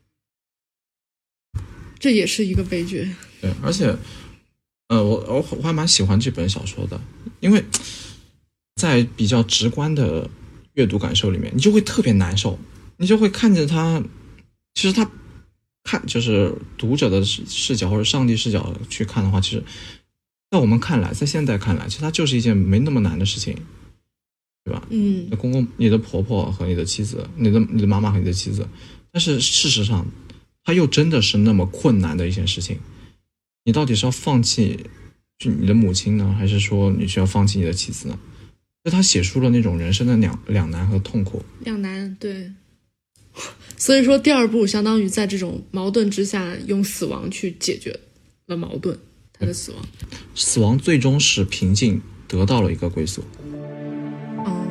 这也是一个悲剧。 对，而且呃我我我还蛮喜欢这本小说的，因为在比较直观的阅读感受里面，你就会特别难受，你就会看着他，其实他看就是读者的视角或者上帝视角去看的话，其实在我们看来，在现在看来，其实它就是一件没那么难的事情，对吧？ 嗯， 你的公公、你的婆婆和你的妻子，你的你的妈妈和你的妻子，但是事实上，它又真的是那么困难的一件事情。你到底是要放弃你的母亲呢，还是说你需要放弃你的妻子呢？就他写出了那种人生的两两难和痛苦。 两难，对。所以说第二部相当于在这种矛盾之下，用死亡去解决了矛盾，他的死亡。 死亡最终使平静得到了一个归宿。 哦。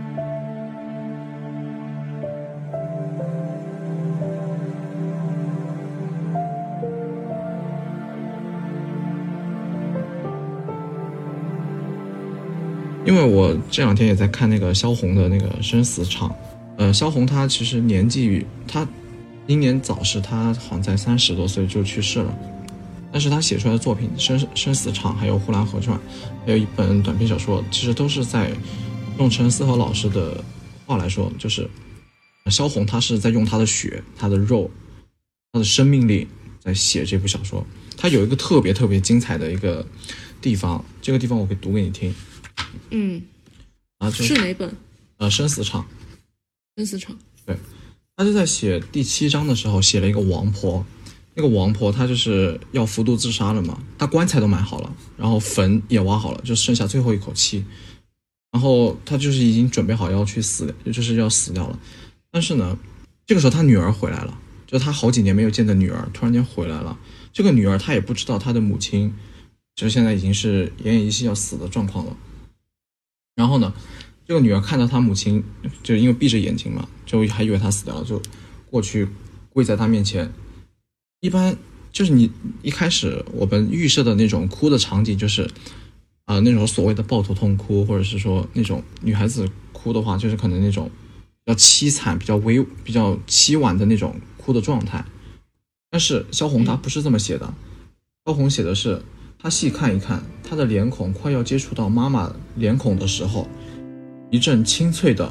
因为我这两天也在看那个萧红的那个生死场，呃，萧红她其实年纪，她英年早逝，她好像在三十多岁就去世了。但是她写出来的作品《生生死场》还有《呼兰河传》，还有一本短篇小说，其实都是在用陈思和老师的话来说，就是萧红她是在用她的血、她的肉、她的生命力在写这部小说。她有一个特别特别精彩的一个地方，这个地方我可以读给你听。 嗯， 啊， 是哪本？ 呃，生死场。 生死场。 对，他就在写第七章的时候写了一个王婆，那个王婆她就是要服毒自杀了嘛，她棺材都买好了，然后坟也挖好了，就剩下最后一口气，然后她就是已经准备好要去死，就是要死掉了。但是呢，这个时候她女儿回来了，就她好几年没有见的女儿突然间回来了。这个女儿她也不知道她的母亲就现在已经是奄奄一息要死的状况了。然后呢，这个女儿看到她母亲，就因为闭着眼睛嘛，就还以为她死掉了，就过去跪在她面前。一般就是你一开始我们预设的那种哭的场景，就是啊、呃、那种所谓的抱头痛哭，或者是说那种女孩子哭的话，就是可能那种比较凄惨、比较微、比较凄婉的那种哭的状态。但是萧红她不是这么写的，萧红写的是，她细看一看，她的脸孔快要接触到妈妈脸孔的时候，一阵清脆的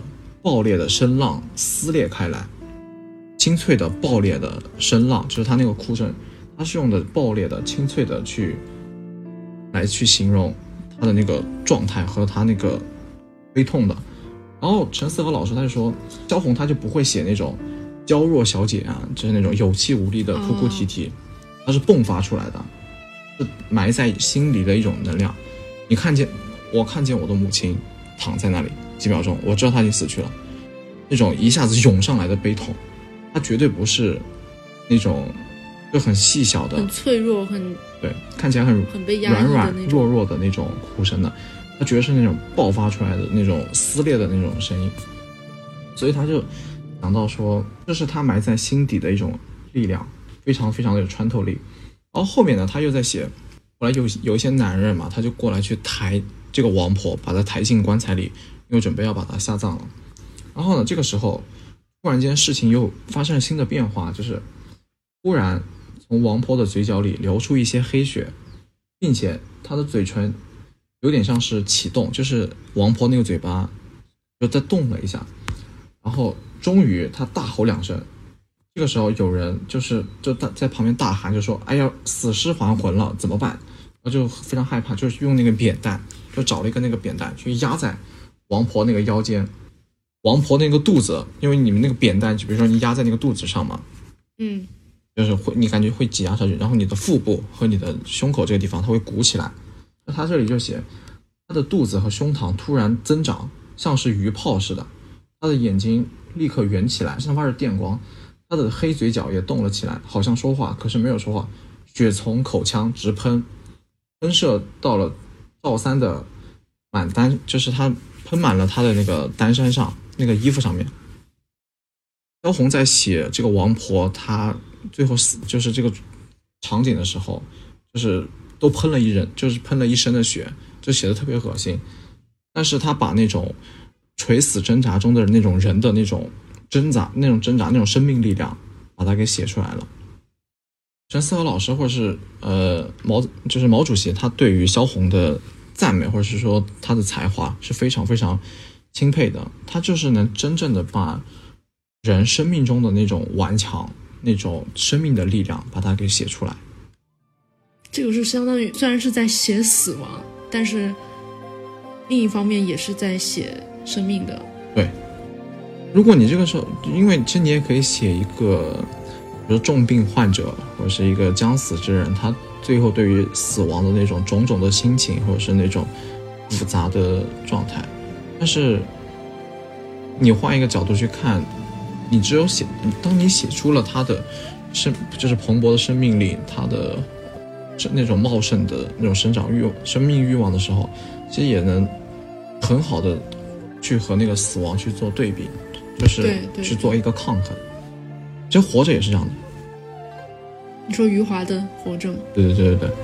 爆裂的声浪撕裂开来，清脆的爆裂的声浪，就是他那个哭声，他是用的爆裂的清脆的去来去形容他的那个状态和他那个悲痛的。然后陈思和老师他就说，萧红他就不会写那种娇弱小姐啊，就是那种有气无力的哭哭啼啼，它是迸发出来的，是埋在心里的一种能量。你看见我看见我的母亲躺在那里几秒钟，我知道她已经死去了，那种一下子涌上来的悲痛，它绝对不是那种就很细小的很脆弱很对看起来很很被压软软的那种弱弱的那种哭声的，他觉得是那种爆发出来的那种撕裂的那种声音。所以他就想到说，这是他埋在心底的一种力量，非常非常的有穿透力。然后后面呢，他又在写，后来有有一些男人嘛，他就过来去抬这个王婆，把她抬进棺材里，因为准备要把她下葬了。然后呢，这个时候突然间事情又发生了新的变化，就是突然从王婆的嘴角里流出一些黑血，并且她的嘴唇有点像是启动，就是王婆那个嘴巴就在动了一下，然后终于她大吼两声。这个时候有人就是就在旁边大喊，就说：“哎呀，死尸还魂了，怎么办？”然后就非常害怕，就是用那个扁担，就找了一个那个扁担去压在王婆那个腰间，王婆那个肚子，因为你们那个扁担，就比如说你压在那个肚子上嘛， 嗯， 就是会你感觉会挤压下去，然后你的腹部和你的胸口这个地方它会鼓起来。那他这里就写，他的肚子和胸膛突然增长，像是鱼泡似的，他的眼睛立刻圆起来，像发着电光，他的黑嘴角也动了起来，好像说话，可是没有说话，血从口腔直喷，喷射到了赵三的满单，就是他喷满了他的那个单衫上，那个衣服上面。萧红在写这个王婆她最后死就是这个场景的时候，就是都喷了一人，就是喷了一身的血，就写的特别恶心。但是他把那种垂死挣扎中的那种人的那种挣扎、那种挣扎、那种生命力量，把它给写出来了。陈思和老师或者是呃毛，就是毛主席，他对于萧红的赞美，或者是说他的才华是非常非常钦佩的。他就是能真正的把人生命中的那种顽强、那种生命的力量，把它给写出来。 这个是相当于虽然是在写死亡，但是另一方面也是在写生命的。 对，如果你这个时候，因为其实你也可以写一个，比如重病患者或者是一个将死之人，他最后对于死亡的那种种种的心情，或者是那种复杂的状态。但是你换一个角度去看，你只有写，当你写出了他的生，就是蓬勃的生命力，他的那种茂盛的那种生长欲、生命欲望的时候，其实也能很好的去和那个死亡去做对比，就是去做一个抗衡。其实活着也是这样的。 你说余华的活着吗？ 对对对对对。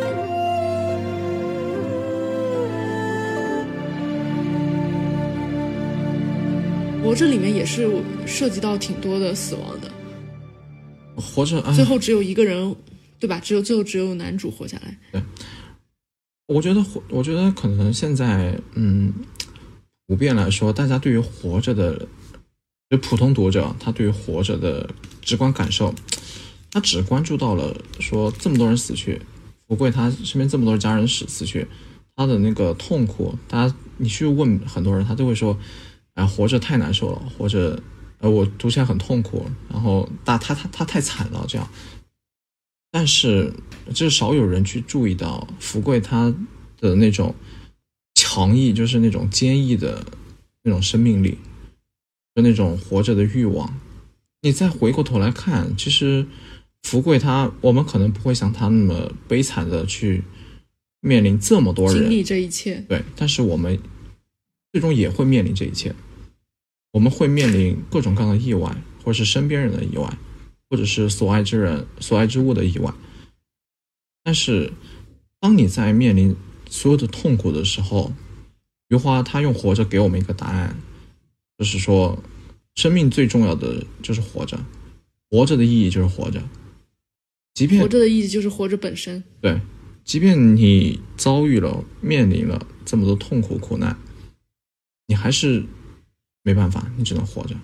活着里面也是涉及到挺多的死亡的。 活着， 最后只有一个人，对吧？只有最后只有男主活下来。 对，我觉得活，我觉得可能现在，嗯，普遍来说，大家对于活着的，就普通读者，他对于活着的直观感受，他只关注到了说这么多人死去，福贵他身边这么多家人死死去，他的那个痛苦，大家你去问很多人，他都会说，哎，活着太难受了，或者呃我读起来很痛苦，然后大他他他太惨了这样。但是这少有人去注意到福贵他的那种强毅，就是那种坚毅的那种生命力，就那种活着的欲望。你再回过头来看，其实福贵他，我们可能不会像他那么悲惨的去面临这么多人经历这一切， 对，但是我们最终也会面临这一切，我们会面临各种各样的意外，或者是身边人的意外，或者是所爱之人、所爱之物的意外。但是当你在面临所有的痛苦的时候，余华他用活着给我们一个答案，就是说生命最重要的就是活着，活着的意义就是活着，即便活着的意义就是活着本身。 对，即便你遭遇了面临了这么多痛苦苦难，你还是没办法，你只能活着。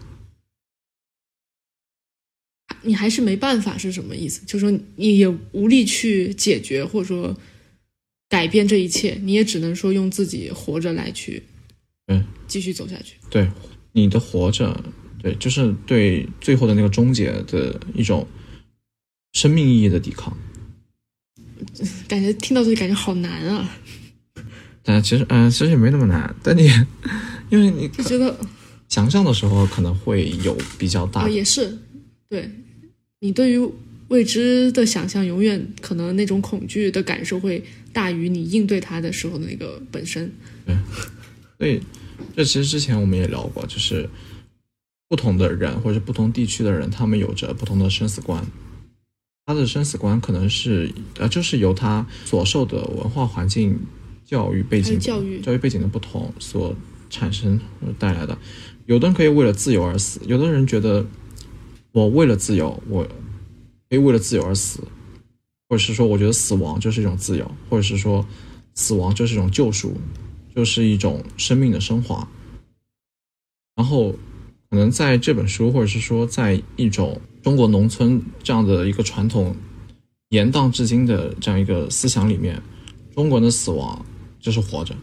你还是没办法是什么意思？就是说你也无力去解决或者说改变这一切，你也只能说用自己活着来去对继续走下去。 对，你的活着，对，就是对最后的那个终结的一种生命意义的抵抗。 感觉听到这里感觉好难啊。 但其实嗯、呃，其实也没那么难，但你因为你就觉得想象的时候可能会有比较大的、 啊、也是对你对于未知的想象，永远可能那种恐惧的感受会大于你应对它的时候的那个本身。 对，所以这其实之前我们也聊过，就是不同的人或者不同地区的人，他们有着不同的生死观。他的生死观可能是呃，就是由他所受的文化环境、教育背景、 教育教育背景的不同所产生带来的。有的人可以为了自由而死，有的人觉得我为了自由，我可以为了自由而死，或者是说我觉得死亡就是一种自由，或者是说死亡就是一种救赎，就是一种生命的升华。然后可能在这本书，或者是说在一种中国农村这样的一个传统延宕至今的这样一个思想里面，中国人的死亡就是活着。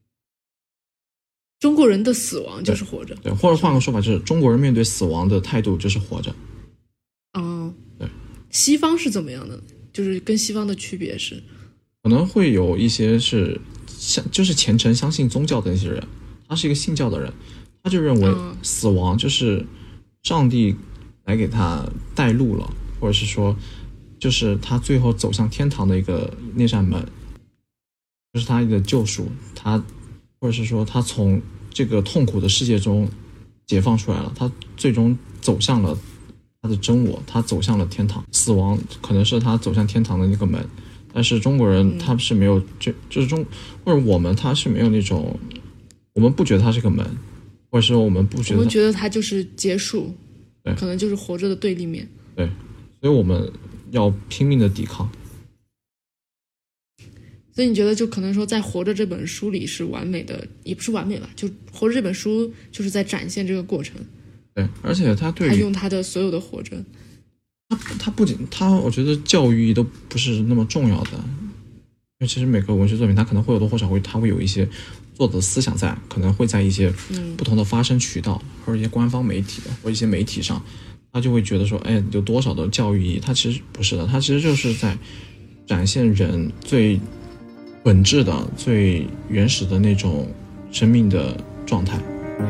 中国人的死亡就是活着。 对，或者换个说法，就是中国人面对死亡的态度就是活着。 哦， 对。 西方是怎么样的？就是跟西方的区别是， 可能会有一些是像就是虔诚相信宗教的那些人，他是一个信教的人，他就认为死亡就是上帝来给他带路了，或者是说就是他最后走向天堂的一个那扇门，就是他的救赎，他或者是说他从这个痛苦的世界中解放出来了，他最终走向了他的真我，他走向了天堂。死亡可能是他走向天堂的那个门，但是中国人他是没有，就就是中或者我们他是没有那种，我们不觉得他是个门，或者说我们不觉得， 我们觉得他就是结束， 对， 可能就是活着的对立面。 对，所以我们要拼命的抵抗。 所以你觉得就可能说在《活着》这本书里是完美的，也不是完美吧，就《活着》这本书就是在展现这个过程。 对，而且他对于他用他的所有的活着， 他他不仅他，我觉得教育意义都不是那么重要的，因为其实每个文学作品它可能会有多或少会，它会有一些作者思想在，可能会在一些不同的发声渠道、嗯、或者一些官方媒体的或者一些媒体上，他就会觉得说，哎，有多少的教育意义？他其实不是的，他其实就是在展现人最本质的、最原始的那种生命的状态。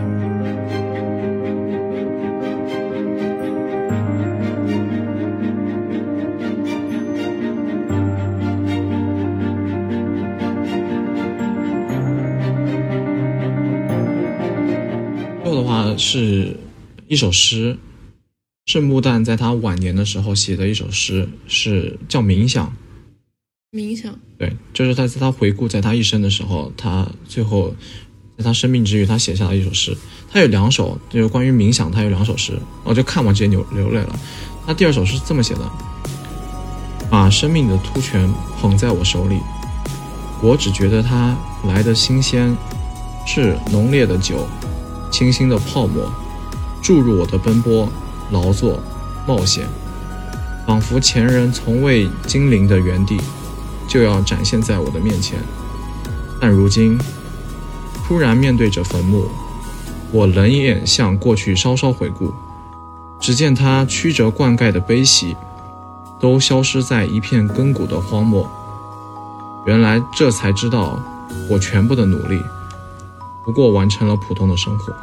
最后的话是一首诗，是穆旦在他晚年的时候写的一首诗，是叫《冥想》。 冥想， 对，就是他在他回顾在他一生的时候，他最后在他生命之余，他写下了一首诗。他有两首，就是关于冥想，他有两首诗，我就看完直接流流泪了。他第二首是这么写的：把生命的突泉捧在我手里，我只觉得它来的新鲜，是浓烈的酒，清新的泡沫，注入我的奔波、劳作、冒险，仿佛前人从未经临的原地就要展现在我的面前。但如今突然面对着坟墓，我冷眼向过去稍稍回顾，只见它曲折灌溉的悲喜都消失在一片亘古的荒漠。原来这才知道，我全部的努力不过完成了普通的生活。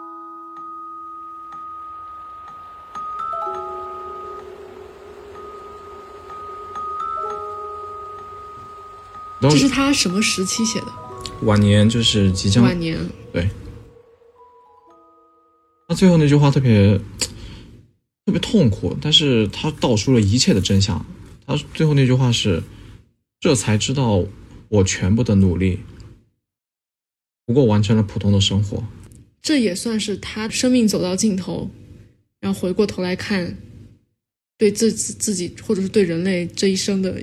这是他什么时期写的？ 晚年，就是即将晚年。 对，他最后那句话特别特别痛苦，但是他道出了一切的真相。他最后那句话是：这才知道我全部的努力不过完成了普通的生活。 这也算是他生命走到尽头，然后回过头来看对自己自己或者是对人类这一生的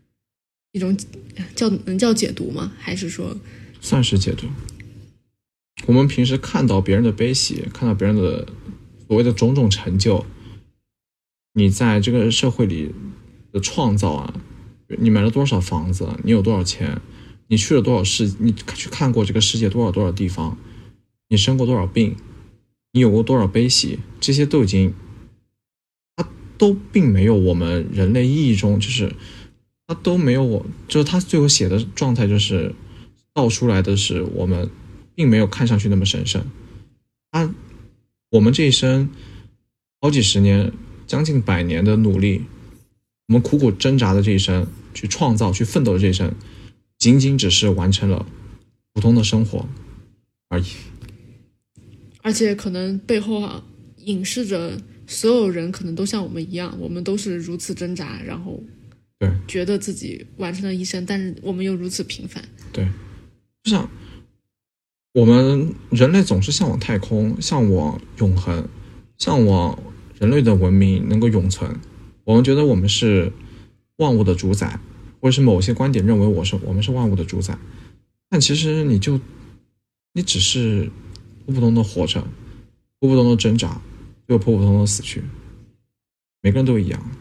一种叫能叫解读吗？还是说算是解读？ 我们平时看到别人的悲喜，看到别人的所谓的种种成就，你在这个社会里的创造啊，你买了多少房子，你有多少钱，你去了多少世，你去看过这个世界多少多少地方，你生过多少病，你有过多少悲喜，这些都已经，它都并没有我们人类意义中，就是它都没有我，就是他最后写的状态，就是道出来的是我们并没有看上去那么神圣。他我们这一生好几十年将近百年的努力，我们苦苦挣扎的这一生，去创造去奋斗的这一生，仅仅只是完成了普通的生活而已。 而且可能背后啊隐示着所有人可能都像我们一样，我们都是如此挣扎，然后对觉得自己完成了一生，但是我们又如此平凡。 对，就像我们人类总是向往太空，向往永恒，向往人类的文明能够永存。我们觉得我们是万物的主宰，或者是某些观点认为我是我们是万物的主宰，但其实你就你只是普普通通的活着，普普通通的挣扎，最后普普通通的死去，每个人都一样。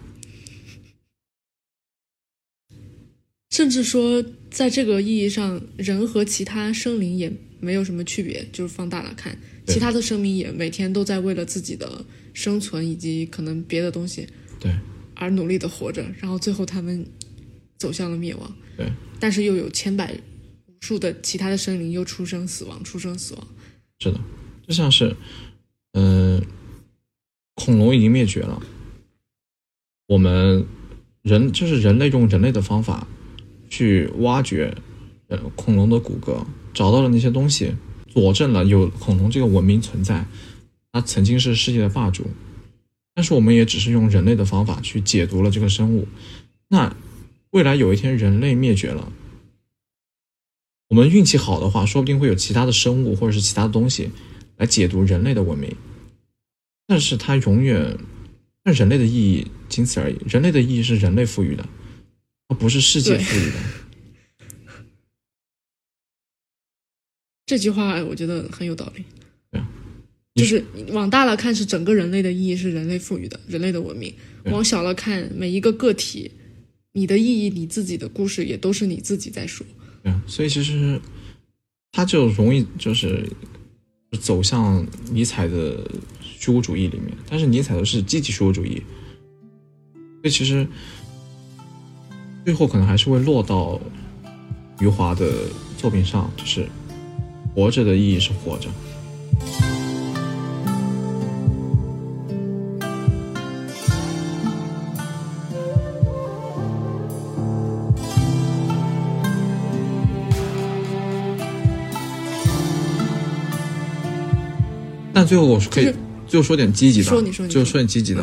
甚至说在这个意义上，人和其他生灵也没有什么区别，就是放大了看，其他的生命也每天都在为了自己的生存以及可能别的东西对而努力的活着，然后最后他们走向了灭亡。 对， 但是又有千百无数的其他的生灵又出生死亡，出生死亡。 是的，就像是嗯、呃，恐龙已经灭绝了，我们人就是人类用人类的方法去挖掘恐龙的骨骼，找到了那些东西，佐证了有恐龙这个文明存在，它曾经是世界的霸主。但是我们也只是用人类的方法去解读了这个生物。那未来有一天人类灭绝了，我们运气好的话，说不定会有其他的生物或者是其他的东西来解读人类的文明。但是它永远，但人类的意义仅此而已。人类的意义是人类赋予的，而不是世界赋予的。 这句话我觉得很有道理。 对啊， 就是往大了看是整个人类的意义是人类赋予的，人类的文明；往小了看每一个个体，你的意义，你自己的故事也都是你自己在说。 对啊，所以其实他就容易就是走向尼采的虚无主义里面，但是尼采的是积极虚无主义，所以其实最后可能还是会落到余华的作品上，就是活着的意义是活着。但最后我可以、就是、最后说点积极的， 说你说你最后说点积极的，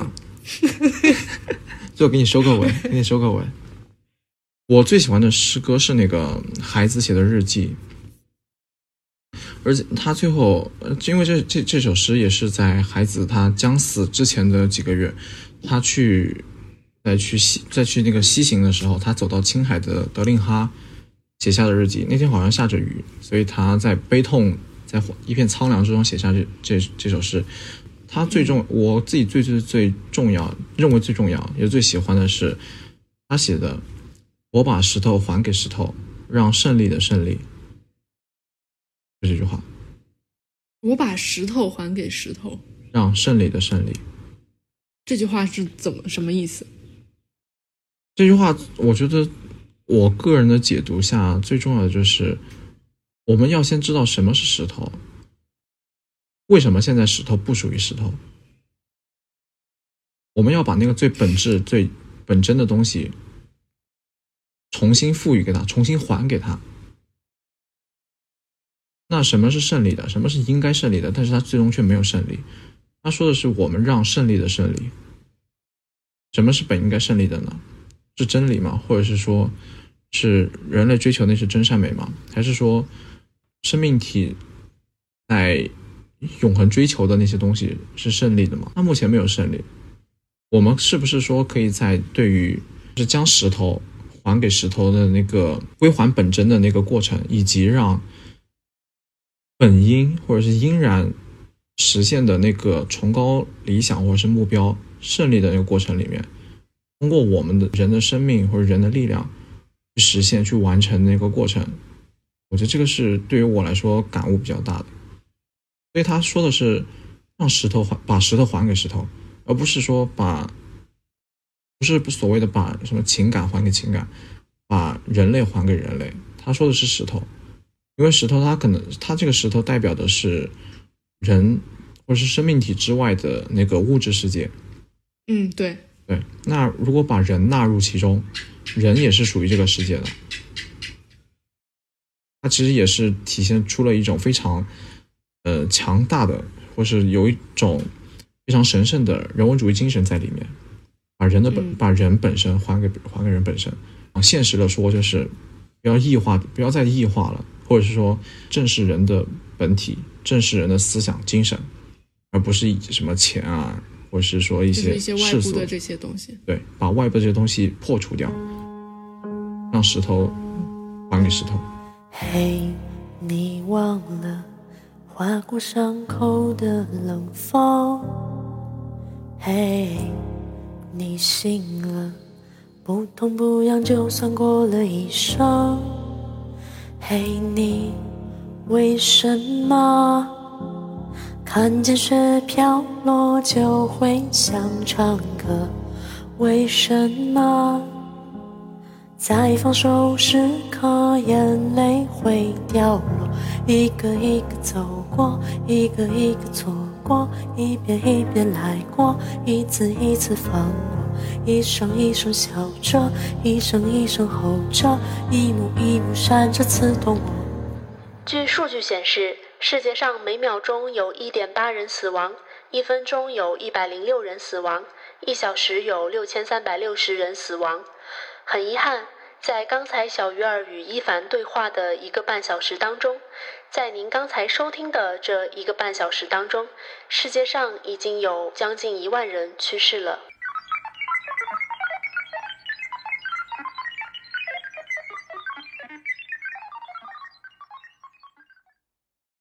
最后给你收个尾，给你收个尾。我最喜欢的诗歌是那个孩子写的日记，而且他最后，因为这这这首诗也是在孩子他将死之前的几个月，他去再去西再去那个西行的时候，他走到青海的德令哈写下的日记。那天好像下着雨，所以他在悲痛。在一片苍凉之中写下这这这首诗，他最重，我自己最最最重要，认为最重要也最喜欢的是他写的“我把石头还给石头，让胜利的胜利”，就这句话。 我把石头还给石头， 让胜利的胜利。 这句话是怎么什么意思？ 这句话，我觉得我个人的解读下，最重要的就是。我们要先知道什么是石头，为什么现在石头不属于石头。我们要把那个最本质、最本真的东西重新赋予给它，重新还给它。那什么是胜利的？什么是应该胜利的？但是它最终却没有胜利。他说的是我们让胜利的胜利。什么是本应该胜利的呢？是真理吗？或者是说是人类追求那是真善美吗？还是说生命体在永恒追求的那些东西是胜利的吗？那目前没有胜利。我们是不是说可以在对于就是将石头还给石头的那个归还本真的那个过程，以及让本应或者是应然实现的那个崇高理想或者是目标胜利的那个过程里面，通过我们的人的生命或者人的力量去实现去完成那个过程，我觉得这个是对于我来说感悟比较大的。所以他说的是让石头还把石头还给石头，而不是说把不是所谓的把什么情感还给情感，把人类还给人类。他说的是石头，因为石头它可能它这个石头代表的是人或者是生命体之外的那个物质世界。 嗯，对对。那如果把人纳入其中，人也是属于这个世界的，它其实也是体现出了一种非常呃强大的，或是有一种非常神圣的人文主义精神在里面，把人的本、嗯、把人本身还给还给人本身。现实的说，就是不要异化，不要再异化了，或者是说正视人的本体，正视人的思想精神，而不是以什么钱啊，或者是说一些世俗、就是、一些外部的这些东西。 对，把外部的这些东西破除掉，让石头还给石头。 嘿，你忘了划过伤口的冷风？嘿，你醒了，不痛不痒就算过了一生。嘿，你为什么看见雪飘落就会想唱歌？为什么在放手时刻眼泪会掉落？一个一个走过，一个一个错过，一遍一遍来过，一次一次放过，一声一声笑着，一声一声吼着，一幕一幕闪着刺痛我。 据数据显示，世界上每秒钟有 一点八 人死亡，一分钟有一百零六人死亡，一小时有六千三百六十人死亡。很遗憾，在刚才小鱼儿与一凡对话的一个半小时当中，在您刚才收听的这一个半小时当中，世界上已经有将近一万人去世了。